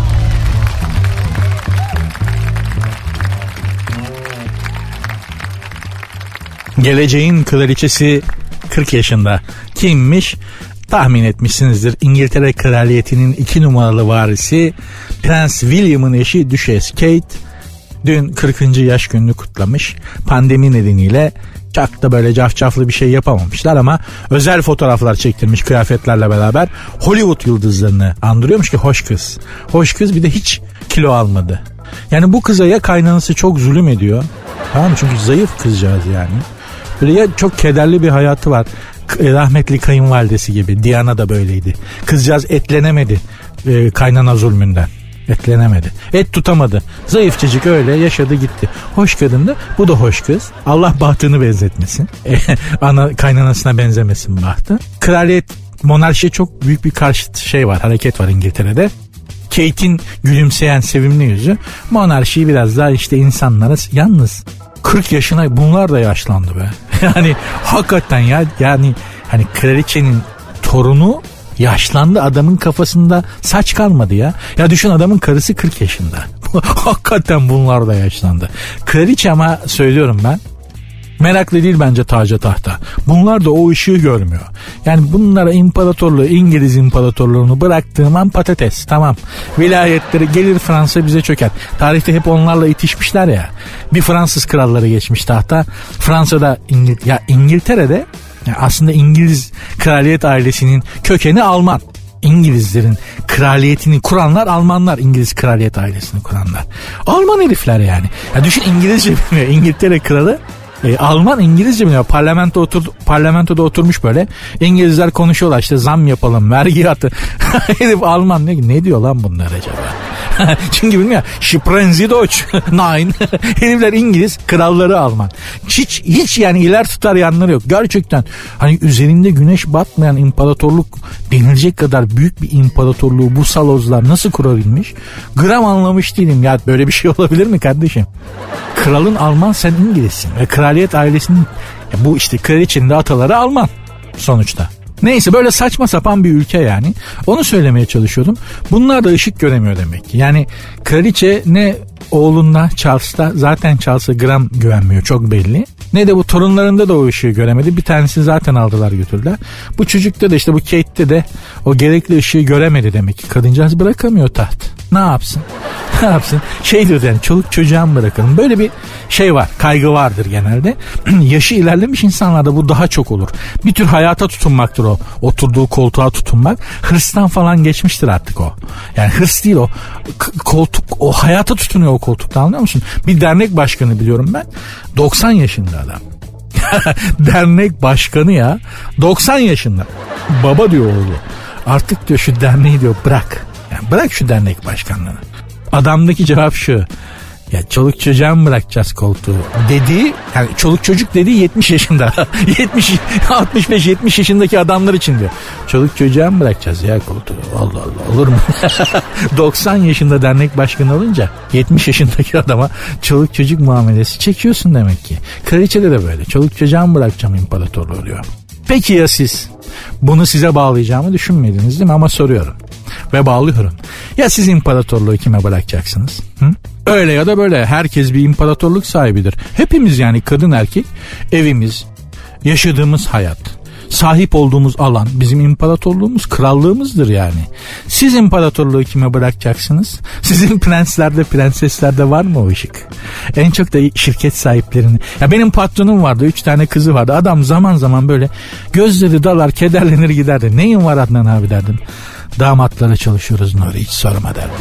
Speaker 2: Geleceğin kraliçesi kırk yaşında. Kimmiş? Tahmin etmişsinizdir. İngiltere kraliyetinin iki numaralı varisi Prens William'ın eşi Düşes Kate dün kırkıncı yaş gününü kutlamış. Pandemi nedeniyle çok da böyle cafcaflı bir şey yapamamışlar ama özel fotoğraflar çektirmiş kıyafetlerle beraber. Hollywood yıldızlarını andırıyormuş ki hoş kız. Hoş kız, bir de hiç kilo almadı. Yani bu kıza ya kaynanası çok zulüm ediyor. Tamam mı? Çünkü zayıf kızcağız yani. Böyle ya çok kederli bir hayatı var. Rahmetli kayınvalidesi gibi. Diana da böyleydi. Kızcağız etlenemedi e, kaynana zulmünden. Etlenemedi. Et tutamadı. Zayıfçacık öyle yaşadı gitti. Hoş kadındı. Bu da hoş kız. Allah bahtını benzetmesin. E, ana kaynanasına benzemesin bahtı. Kraliyet, monarşiye çok büyük bir karşıt şey var. Hareket var İngiltere'de. Kate'in gülümseyen sevimli yüzü monarşiyi biraz daha işte insanlara, yalnız kırk yaşına bunlar da yaşlandı be. Yani hakikaten ya, yani hani kraliçenin torunu yaşlandı, adamın kafasında saç kalmadı ya. Ya düşün, adamın karısı kırk yaşında. Hakikaten bunlar da yaşlandı. Kraliçe ama söylüyorum ben, meraklı değil bence taca tahta. Bunlar da o ışığı görmüyor. Yani bunlara imparatorluğu, İngiliz imparatorluğunu bıraktığım an patates. Tamam. Vilayetleri gelir, Fransa bize çöker. Tarihte hep onlarla itişmişler ya. Bir Fransız kralları geçmiş tahta. Fransa'da İngil ya İngiltere'de ya aslında İngiliz kraliyet ailesinin kökeni Alman. İngilizlerin kraliyetini kuranlar Almanlar, İngiliz kraliyet ailesini kuranlar. Alman herifler yani. Ya düşün, İngilizce bilmiyor. İngiltere kralı E, Alman İngilizce biliyor. Parlamento otur, parlamentoda oturmuş böyle. İngilizler konuşuyorlar, işte zam yapalım, vergi atı. Herif Alman ne, ne diyor lan bunlar acaba? Çünkü bilmiyorum. Şiprenzi Deutsch. Nine. Herifler İngiliz, kralları Alman. Hiç, hiç yani iler tutar yanları yok. Gerçekten hani üzerinde güneş batmayan imparatorluk denilecek kadar büyük bir imparatorluğu bu salozlar nasıl kurabilmiş? Gram anlamış değilim. Ya böyle bir şey olabilir mi kardeşim? Kralın Alman, sen İngilizsin. Ve kraliyet ailesinin, ya bu işte kraliçenin de ataları Alman sonuçta. Neyse, böyle saçma sapan bir ülke yani. Onu söylemeye çalışıyordum. Bunlar da ışık göremiyor demek ki. Yani kraliçe ne oğlunda Charles'ta, zaten Charles'a gram güvenmiyor, çok belli. Ne de bu torunlarında da o ışığı göremedi. Bir tanesi zaten aldılar götürdüler. Bu çocukta da işte bu Kate'te de o gerekli ışığı göremedi demek ki. Kadıncağız bırakamıyor taht. Ne yapsın? Ne yapsın? Şey diyor yani, çoluk çocuğa mı bırakalım? Böyle bir şey var, kaygı vardır genelde. Yaşı ilerlemiş insanlarda bu daha çok olur. Bir tür hayata tutunmaktır o. Oturduğu koltuğa tutunmak. Hırstan falan geçmiştir artık o. Yani hırs değil o. K- koltuk, o hayata tutunuyor o koltukta, anlıyor musun? Bir dernek başkanı biliyorum ben. doksan yaşında adam. Dernek başkanı ya. doksan yaşında. Baba diyor oğlu. Artık diyor şu derneği diyor bırak. Yani bırak şu dernek başkanlığını. Adamdaki cevap şu: ya çoluk çocuğa mı bırakacağız koltuğu dediği, yani çoluk çocuk dediği yetmiş yaşında. yetmiş altmış beş yetmiş yaşındaki adamlar için diyor. Çoluk çocuğa mı bırakacağız ya koltuğu? Allah Allah, olur mu? doksan yaşında dernek başkanı olunca yetmiş yaşındaki adama çoluk çocuk muamelesi çekiyorsun demek ki. Kraliçede de böyle. Çoluk çocuğa mı bırakacağım imparatorluğu diyor. Peki ya siz? Bunu size bağlayacağımı düşünmediniz değil mi? Ama soruyorum. Ve bağlıyorum. Ya siz imparatorluğu kime bırakacaksınız? Hı? Öyle ya da böyle herkes bir imparatorluk sahibidir. Hepimiz yani, kadın erkek, evimiz, yaşadığımız hayat, sahip olduğumuz alan bizim imparatorluğumuz, krallığımızdır yani. Siz imparatorluğu kime bırakacaksınız? Sizin prenslerde, prenseslerde var mı o ışık? En çok da şirket sahiplerini. Ya benim patronum vardı, üç tane kızı vardı. Adam zaman zaman böyle gözleri dalar, kederlenir giderdi. Neyin var Adnan abi derdim. Damatlara çalışıyoruz Nuri, hiç sorma derdi.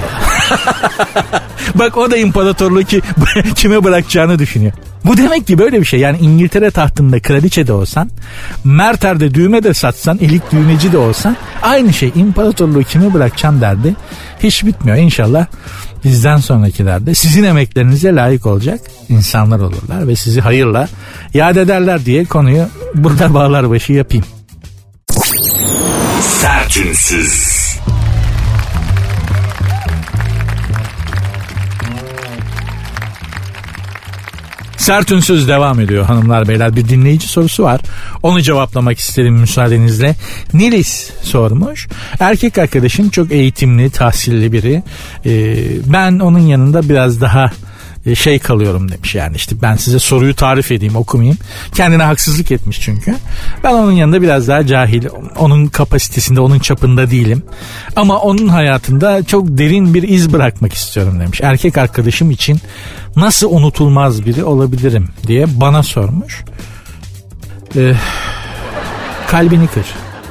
Speaker 2: Bak, o da imparatorluğu ki, kime bırakacağını düşünüyor. Bu demek ki böyle bir şey. Yani İngiltere tahtında kraliçe de olsan, Merter'de düğme de satsan, ilik düğmeci de olsan aynı şey. İmparatorluğu kime bırakacağım derdi. Hiç bitmiyor. İnşallah bizden sonrakilerde sizin emeklerinize layık olacak insanlar olurlar ve sizi hayırla yad ederler diye konuyu burada bağlar başı yapayım.
Speaker 1: Sertünsüz.
Speaker 2: Sertünsüz devam ediyor hanımlar beyler. Bir dinleyici sorusu var. Onu cevaplamak isterim müsaadenizle. Nilis sormuş. Erkek arkadaşım çok eğitimli, tahsilli biri. Ee, ben onun yanında biraz daha şey kalıyorum demiş. Yani işte ben size soruyu tarif edeyim, okumayayım. Kendine haksızlık etmiş çünkü. Ben onun yanında biraz daha cahil, onun kapasitesinde, onun çapında değilim. Ama onun hayatında çok derin bir iz bırakmak istiyorum demiş. Erkek arkadaşım için nasıl unutulmaz biri olabilirim diye bana sormuş. Ee, kalbini kır.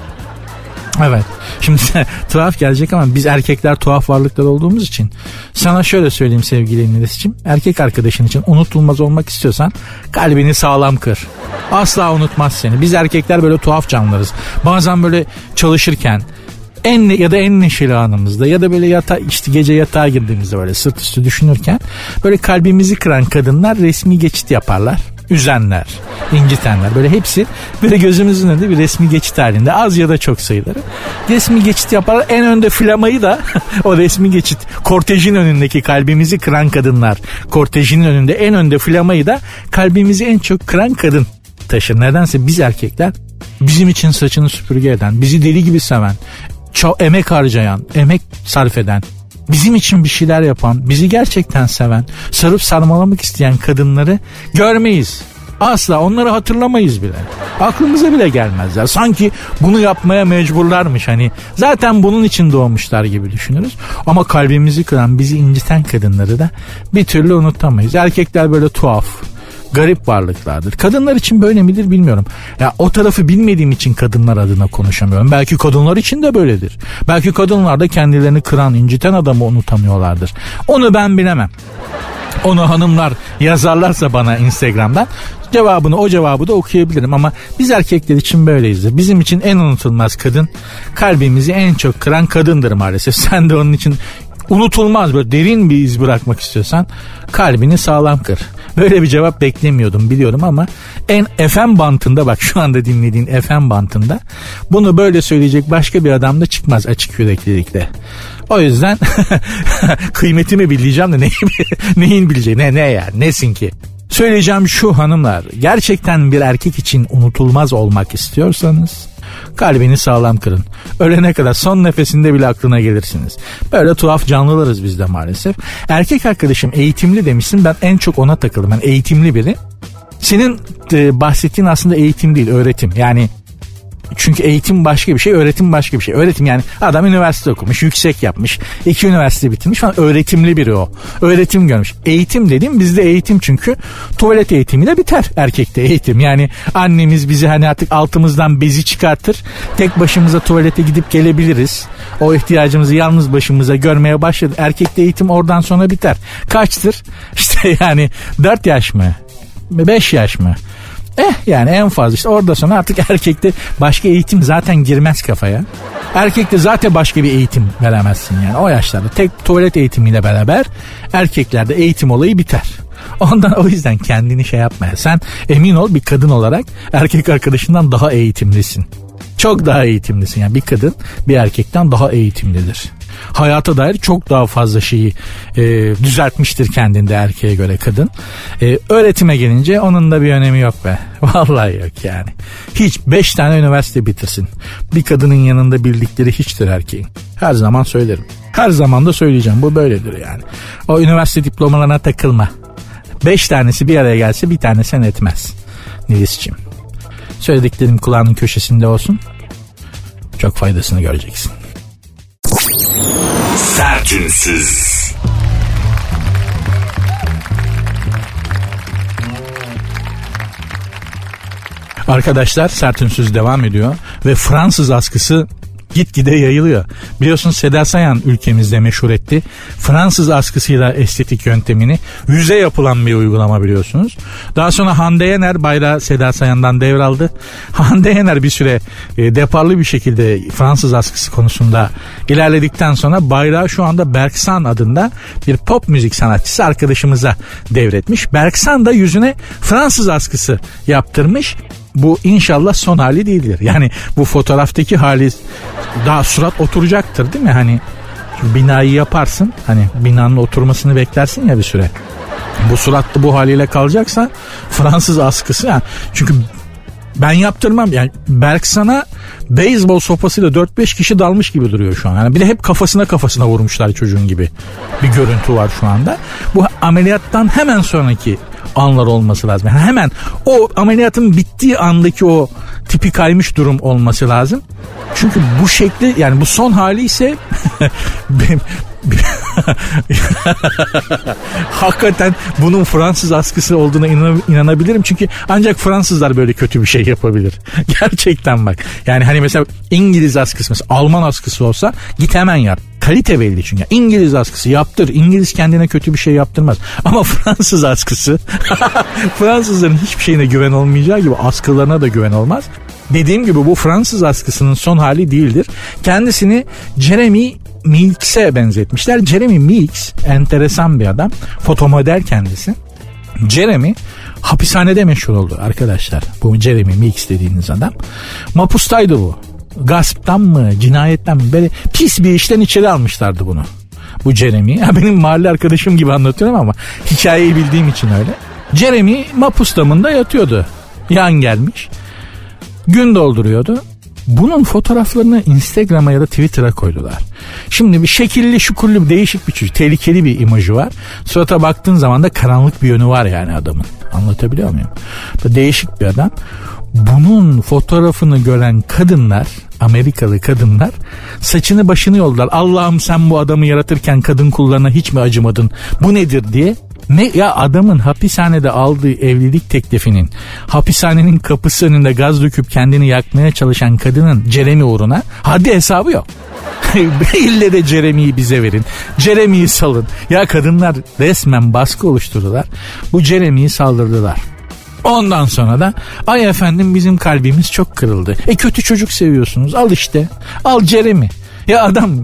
Speaker 2: Evet. Şimdi tuhaf gelecek ama biz erkekler tuhaf varlıklar olduğumuz için sana şöyle söyleyeyim sevgili Enes'ciğim. Erkek arkadaşın için unutulmaz olmak istiyorsan kalbini sağlam kır. Asla unutmaz seni. Biz erkekler böyle tuhaf canlılarız. Bazen böyle çalışırken en ya da en neşeli anımızda ya da böyle yata, işte gece yatağa girdiğimizde böyle sırt üstü düşünürken böyle kalbimizi kıran kadınlar resmi geçit yaparlar. Üzenler, incitenler, böyle hepsi böyle gözümüzün önünde bir resmi geçit halinde, az ya da çok sayıları. Resmi geçit yaparlar. En önde flamayı da o resmi geçit, kortejin önündeki kalbimizi kıran kadınlar, kortejinin önünde en önde flamayı da kalbimizi en çok kıran kadın taşır. Nedense biz erkekler bizim için saçını süpürge eden, bizi deli gibi seven, çok emek harcayan, emek sarf eden, bizim için bir şeyler yapan, bizi gerçekten seven, sarıp sarmalamak isteyen kadınları görmeyiz. Asla onları hatırlamayız bile. Aklımıza bile gelmezler. Sanki bunu yapmaya mecburlarmış. Hani zaten bunun için doğmuşlar gibi düşünürüz. Ama kalbimizi kıran, bizi inciten kadınları da bir türlü unutamayız. Erkekler böyle tuhaf, garip varlıklardır. Kadınlar için böyle midir bilmiyorum. Ya o tarafı bilmediğim için kadınlar adına konuşamıyorum. Belki kadınlar için de böyledir. Belki kadınlar da kendilerini kıran, inciten adamı unutamıyorlardır. Onu ben bilemem. Onu hanımlar yazarlarsa bana Instagram'dan cevabını, o cevabı da okuyabilirim. Ama biz erkekler için böyleyizdir. Bizim için en unutulmaz kadın, kalbimizi en çok kıran kadındır maalesef. Sen de onun için unutulmaz, böyle derin bir iz bırakmak istiyorsan kalbini sağlam kır. Böyle bir cevap beklemiyordum biliyorum ama en F M bantında, bak şu anda dinlediğin F M bantında bunu böyle söyleyecek başka bir adam da çıkmaz açık yüreklilikle. O yüzden kıymetimi bileceğim de neyin, neyin bileceği ne ne yani nesin ki? Söyleyeceğim şu hanımlar, gerçekten bir erkek için unutulmaz olmak istiyorsanız kalbini sağlam kırın. Ölene kadar son nefesinde bile aklına gelirsiniz. Böyle tuhaf canlılarız biz de maalesef. Erkek arkadaşım eğitimli demişsin, ben en çok ona takıldım. Yani eğitimli biri. Senin e, bahsettiğin aslında eğitim değil, öğretim. Yani çünkü eğitim başka bir şey, öğretim başka bir şey. Öğretim yani adam üniversite okumuş, yüksek yapmış, iki üniversite bitirmiş falan, öğretimli biri o. Öğretim görmüş. Eğitim dediğim bizde eğitim çünkü tuvalet eğitimiyle biter erkekte eğitim. Yani annemiz bizi hani artık altımızdan bezi çıkartır, tek başımıza tuvalete gidip gelebiliriz. O ihtiyacımızı yalnız başımıza görmeye başladı. Erkekte eğitim oradan sonra biter. Kaçtır? İşte yani dört yaş mı? beş yaş mı? Eh yani en fazla işte orada sonra artık erkekte başka eğitim zaten girmez kafaya. Erkekte zaten başka bir eğitim veremezsin yani o yaşlarda. Tek tuvalet eğitimiyle beraber erkeklerde eğitim olayı biter. Ondan o yüzden kendini şey yapma. Sen emin ol bir kadın olarak erkek arkadaşından daha eğitimlisin. Çok daha eğitimlisin yani bir kadın bir erkekten daha eğitimlidir. Hayata dair çok daha fazla şeyi e, düzeltmiştir kendinde erkeğe göre kadın. E, öğretime gelince onun da bir önemi yok be. Vallahi yok yani. Hiç beş tane üniversite bitirsin. Bir kadının yanında bildikleri hiçtir erkeğin. Her zaman söylerim. Her zaman da söyleyeceğim. Bu böyledir yani. O üniversite diplomalarına takılma. Beş tanesi bir araya gelse bir tane sen etmez. Nilis'ciğim. Söylediklerim kulağının köşesinde olsun. Çok faydasını göreceksin.
Speaker 1: Sertünsüz.
Speaker 2: Arkadaşlar Sertünsüz devam ediyor ve Fransız askısı gitgide yayılıyor. Biliyorsunuz Seda Sayan ülkemizde meşhur etti. Fransız askısıyla estetik yöntemini, yüze yapılan bir uygulama biliyorsunuz. Daha sonra Hande Yener bayrağı Seda Sayan'dan devraldı. Hande Yener bir süre e, deparlı bir şekilde Fransız askısı konusunda ilerledikten sonra bayrağı şu anda Berksan adında bir pop müzik sanatçısı arkadaşımıza devretmiş. Berksan da yüzüne Fransız askısı yaptırmış. Bu inşallah son hali değildir. Yani bu fotoğraftaki hali daha surat oturacaktır değil mi? Hani binayı yaparsın, hani binanın oturmasını beklersin ya bir süre. Bu suratlı bu haliyle kalacaksa Fransız askısı yani. Çünkü ben yaptırmam yani. Berksan'a beyzbol sopasıyla dört beş kişi dalmış gibi duruyor şu an. Yani bir de hep kafasına kafasına vurmuşlar çocuğun gibi bir görüntü var şu anda. Bu ameliyattan hemen sonraki anlar olması lazım. Yani hemen o ameliyatın bittiği andaki o tipi kaymış durum olması lazım. Çünkü bu şekli yani bu son hali ise benim hakikaten bunun Fransız askısı olduğuna inan- inanabilirim. Çünkü ancak Fransızlar böyle kötü bir şey yapabilir. Gerçekten bak. Yani hani mesela İngiliz askısı, mesela Alman askısı olsa git hemen yap. Kalite belli çünkü. İngiliz askısı yaptır. İngiliz kendine kötü bir şey yaptırmaz. Ama Fransız askısı Fransızların hiçbir şeyine güven olmayacağı gibi askılarına da güven olmaz. Dediğim gibi bu Fransız askısının son hali değildir. Kendisini Jeremy Milks'e benzetmişler. Jeremy Milks enteresan bir adam. Fotomodel kendisi. Jeremy hapishanede meşhur oldu arkadaşlar. Bu Jeremy Milks dediğiniz adam. Mapustaydı bu. Gasptan mı, cinayetten mi, böyle pis bir işten içeri almışlardı bunu. Bu Jeremy. Ya benim mahalle arkadaşım gibi anlatıyorum ama hikayeyi bildiğim için öyle. Jeremy mapus damında yatıyordu. Yan gelmiş. Gün dolduruyordu. Bunun fotoğraflarını Instagram'a ya da Twitter'a koydular. Şimdi bir şekilli şukurlu değişik bir çocuk. Tehlikeli bir imajı var. Surata baktığın zaman da karanlık bir yönü var yani adamın. Anlatabiliyor muyum? Değişik bir adam. Bunun fotoğrafını gören kadınlar, Amerikalı kadınlar saçını başını yoldular. Allah'ım sen bu adamı yaratırken kadın kullarına hiç mi acımadın? Bu nedir diye. Ne ya adamın hapishanede aldığı evlilik teklifinin, hapishanenin kapısı önünde gaz döküp kendini yakmaya çalışan kadının Jeremy uğruna haddi hesabı yok. İlle de Jeremy'yi bize verin. Jeremy'yi salın. Ya kadınlar resmen baskı oluşturdular. Bu Jeremy'yi saldırdılar. Ondan sonra da ay efendim bizim kalbimiz çok kırıldı. E kötü çocuk seviyorsunuz, al işte. Al Jeremy. Ya adam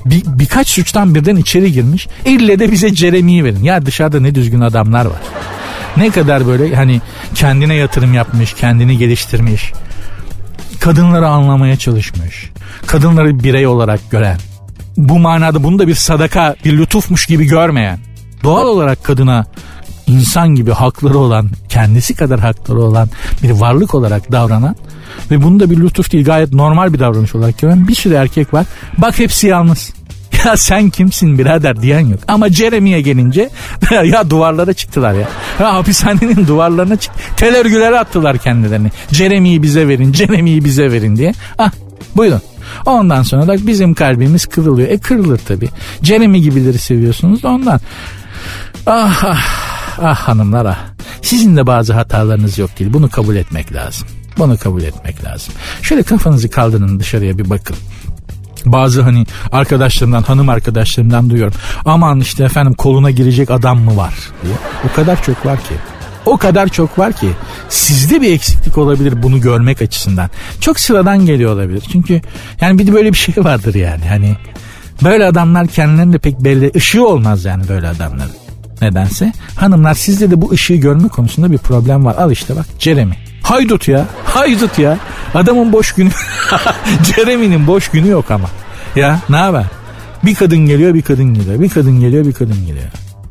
Speaker 2: Bir, birkaç suçtan birden içeri girmiş. İlle de bize Jeremy'yi verin. Ya dışarıda ne düzgün adamlar var. Ne kadar böyle hani kendine yatırım yapmış, kendini geliştirmiş. Kadınları anlamaya çalışmış. Kadınları birey olarak gören. Bu manada bunu da bir sadaka, bir lütufmuş gibi görmeyen. Doğal olarak kadına insan gibi hakları olan, kendisi kadar hakları olan bir varlık olarak davranan ve bunu da bir lütuf değil, gayet normal bir davranış olarak gören bir sürü erkek var. Bak hepsi yalnız. Ya sen kimsin birader diyen yok. Ama Jeremy'ye gelince ya duvarlara çıktılar ya. Ya hapishanenin duvarlarına çık. Tel örgüleri attılar kendilerini. Jeremy'yi bize verin, Jeremy'yi bize verin diye. Ah buyurun. Ondan sonra da bizim kalbimiz kırılıyor. E kırılır tabii. Jeremy gibileri seviyorsunuz da ondan. Ah ah ah hanımlar ah. Sizin de bazı hatalarınız yok değil. Bunu kabul etmek lazım. Bunu kabul etmek lazım. Şöyle kafanızı kaldırın, dışarıya bir bakın. Bazı hani arkadaşlarımdan, hanım arkadaşlarımdan duyuyorum. Aman işte efendim koluna girecek adam mı var diye. O kadar çok var ki. O kadar çok var ki sizde bir eksiklik olabilir bunu görmek açısından. Çok sıradan geliyor olabilir. Çünkü yani bir de böyle bir şey vardır yani. Hani böyle adamlar kendilerini de pek belli, ışığı olmaz yani böyle adamların. Nedense hanımlar sizde de bu ışığı görme konusunda bir problem var. Al işte bak Jeremy. Haydut ya. Haydut ya. Adamın boş günü. Jeremy'nin boş günü yok ama. Ya ne haber? Bir kadın geliyor, bir kadın geliyor. Bir kadın geliyor, bir kadın geliyor.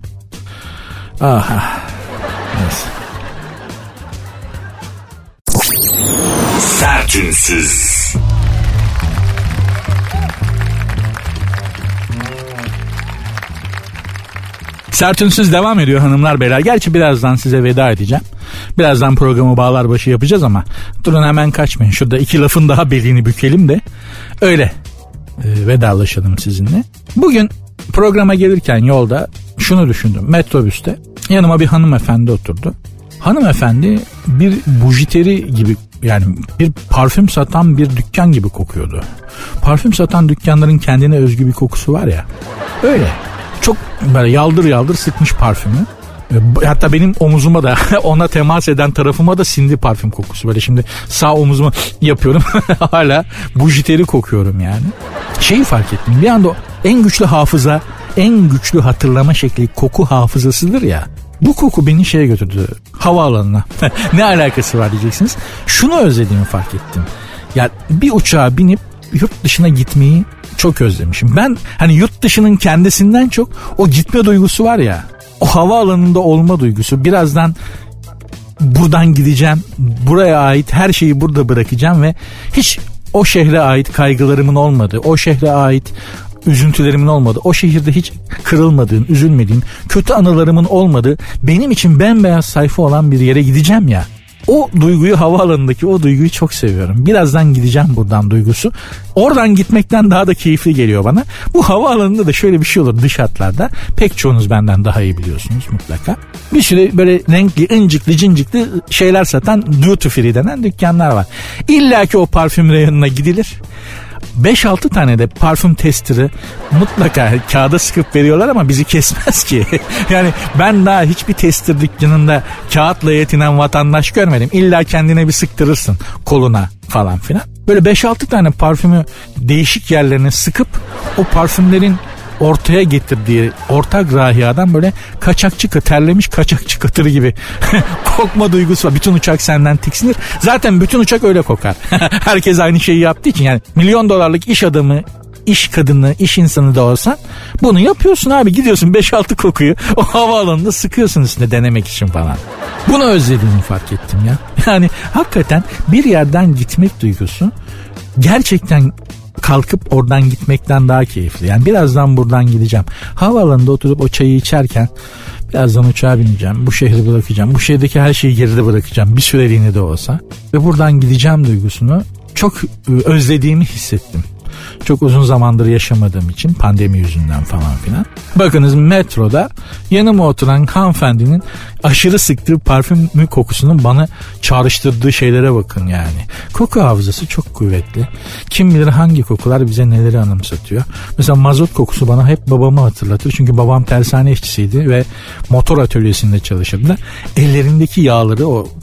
Speaker 2: Aha. Neyse.
Speaker 1: Sertünsüz.
Speaker 2: Sertünsüz devam ediyor hanımlar beyler. Gerçi birazdan size veda edeceğim. Birazdan programı bağlar başı yapacağız ama durun hemen kaçmayın. Şurada iki lafın daha belini bükelim de öyle e, vedalaşalım sizinle. Bugün programa gelirken yolda şunu düşündüm. Metrobüste yanıma bir hanımefendi oturdu. Hanımefendi bir bujiteri gibi, yani bir parfüm satan bir dükkan gibi kokuyordu. Parfüm satan dükkanların kendine özgü bir kokusu var ya. Öyle. Çok böyle yaldır yaldır sıkmış parfümü. Hatta benim omuzuma da ona temas eden tarafıma da sindi parfüm kokusu. Böyle şimdi sağ omuzuma yapıyorum. Hala bujiteri kokuyorum yani. Şeyi fark ettim. Bir anda en güçlü hafıza, en güçlü hatırlama şekli koku hafızasıdır ya. Bu koku beni şeye götürdü. Havaalanına. Ne alakası var diyeceksiniz. Şunu özlediğimi fark ettim. Ya bir uçağa binip yurt dışına gitmeyi çok özlemişim. Ben hani yurt dışının kendisinden çok o gitme duygusu var ya. O havaalanında olma duygusu. Birazdan buradan gideceğim. Buraya ait her şeyi burada bırakacağım ve hiç o şehre ait kaygılarımın olmadığı, o şehre ait üzüntülerimin olmadığı, o şehirde hiç kırılmadığım, üzülmediğim, kötü anılarımın olmadığı, benim için bembeyaz sayfa olan bir yere gideceğim ya. O duyguyu, havaalanındaki o duyguyu çok seviyorum. Birazdan gideceğim buradan duygusu. Oradan gitmekten daha da keyifli geliyor bana. Bu havaalanında da şöyle bir şey olur dış hatlarda. Pek çoğunuz benden daha iyi biliyorsunuz mutlaka. Bir sürü böyle renkli, incikli, cincikli şeyler satan duty free denen dükkanlar var. İlla ki o parfüm reyonuna gidilir. beş altı tane de parfüm testeri mutlaka kağıda sıkıp veriyorlar ama bizi kesmez ki. Yani ben daha hiçbir tester dükkanında kağıtla yetinen vatandaş görmedim. İlla kendine bir sıktırırsın koluna falan filan. Böyle beş altı tane parfümü değişik yerlerine sıkıp o parfümlerin ortaya getirdiği ortak rahiyadan böyle kaçakçı, terlemiş kaçakçı katırı gibi kokma duygusu var. Bütün uçak senden tiksinir. Zaten bütün uçak öyle kokar. Herkes aynı şeyi yaptığı için, yani milyon dolarlık iş adamı, iş kadını, iş insanı da olsan bunu yapıyorsun abi. Gidiyorsun beş altı kokuyu o havaalanında sıkıyorsun üstüne denemek için falan. Bunu özlediğimi fark ettim ya. Yani hakikaten bir yerden gitmek duygusu gerçekten kalkıp oradan gitmekten daha keyifli. Yani birazdan buradan gideceğim. Havaalanında oturup o çayı içerken birazdan uçağa bineceğim. Bu şehri bırakacağım. Bu şehirdeki her şeyi geride bırakacağım. Bir süreliğine de olsa. Ve buradan gideceğim duygusunu çok özlediğimi hissettim. Çok uzun zamandır yaşamadığım için, pandemi yüzünden falan filan. Bakınız metroda yanıma oturan hanımefendinin aşırı sıktığı parfüm kokusunun bana çağrıştırdığı şeylere bakın yani. Koku hafızası çok kuvvetli. Kim bilir hangi kokular bize neleri anımsatıyor. Mesela mazot kokusu bana hep babamı hatırlatır. Çünkü babam tersane işçisiydi ve motor atölyesinde çalışırdı. Ellerindeki yağları, o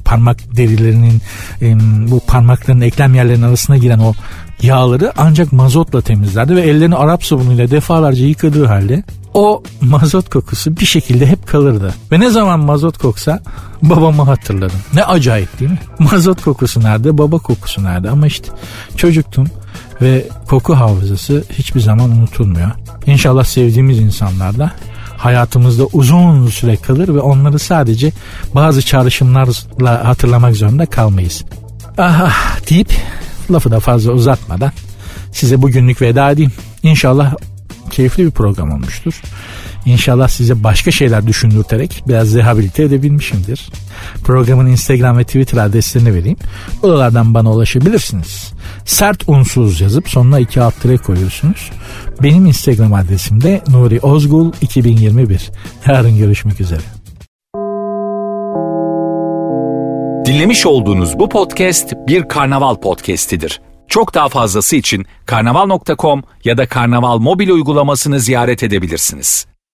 Speaker 2: parmak derilerinin, e, bu parmakların eklem yerlerinin arasına giren o yağları ancak mazotla temizlerdi ve ellerini Arap sabunuyla defalarca yıkadığı halde o mazot kokusu bir şekilde hep kalırdı. Ve ne zaman mazot koksa babamı hatırladım. Ne acayip değil mi? Mazot kokusu nerede, baba kokusu nerede? Ama işte çocuktum ve koku hafızası hiçbir zaman unutulmuyor. İnşallah sevdiğimiz insanlar da hayatımızda uzun süre kalır ve onları sadece bazı çağrışımlarla hatırlamak zorunda kalmayız. Ah deyip lafı da fazla uzatmadan size bugünlük veda edeyim. İnşallah keyifli bir program olmuştur. İnşallah size başka şeyler düşündürterek biraz rehabilite edebilmişimdir. Programın Instagram ve Twitter adreslerini vereyim. Buralardan bana ulaşabilirsiniz. Sert unsuz yazıp sonuna iki alt tire koyuyorsunuz. Benim Instagram adresim de Nuri Ozgul iki bin yirmi bir. Yarın görüşmek üzere.
Speaker 1: Dinlemiş olduğunuz bu podcast bir Karnaval podcastidir. Çok daha fazlası için karnaval nokta com ya da Karnaval mobil uygulamasını ziyaret edebilirsiniz.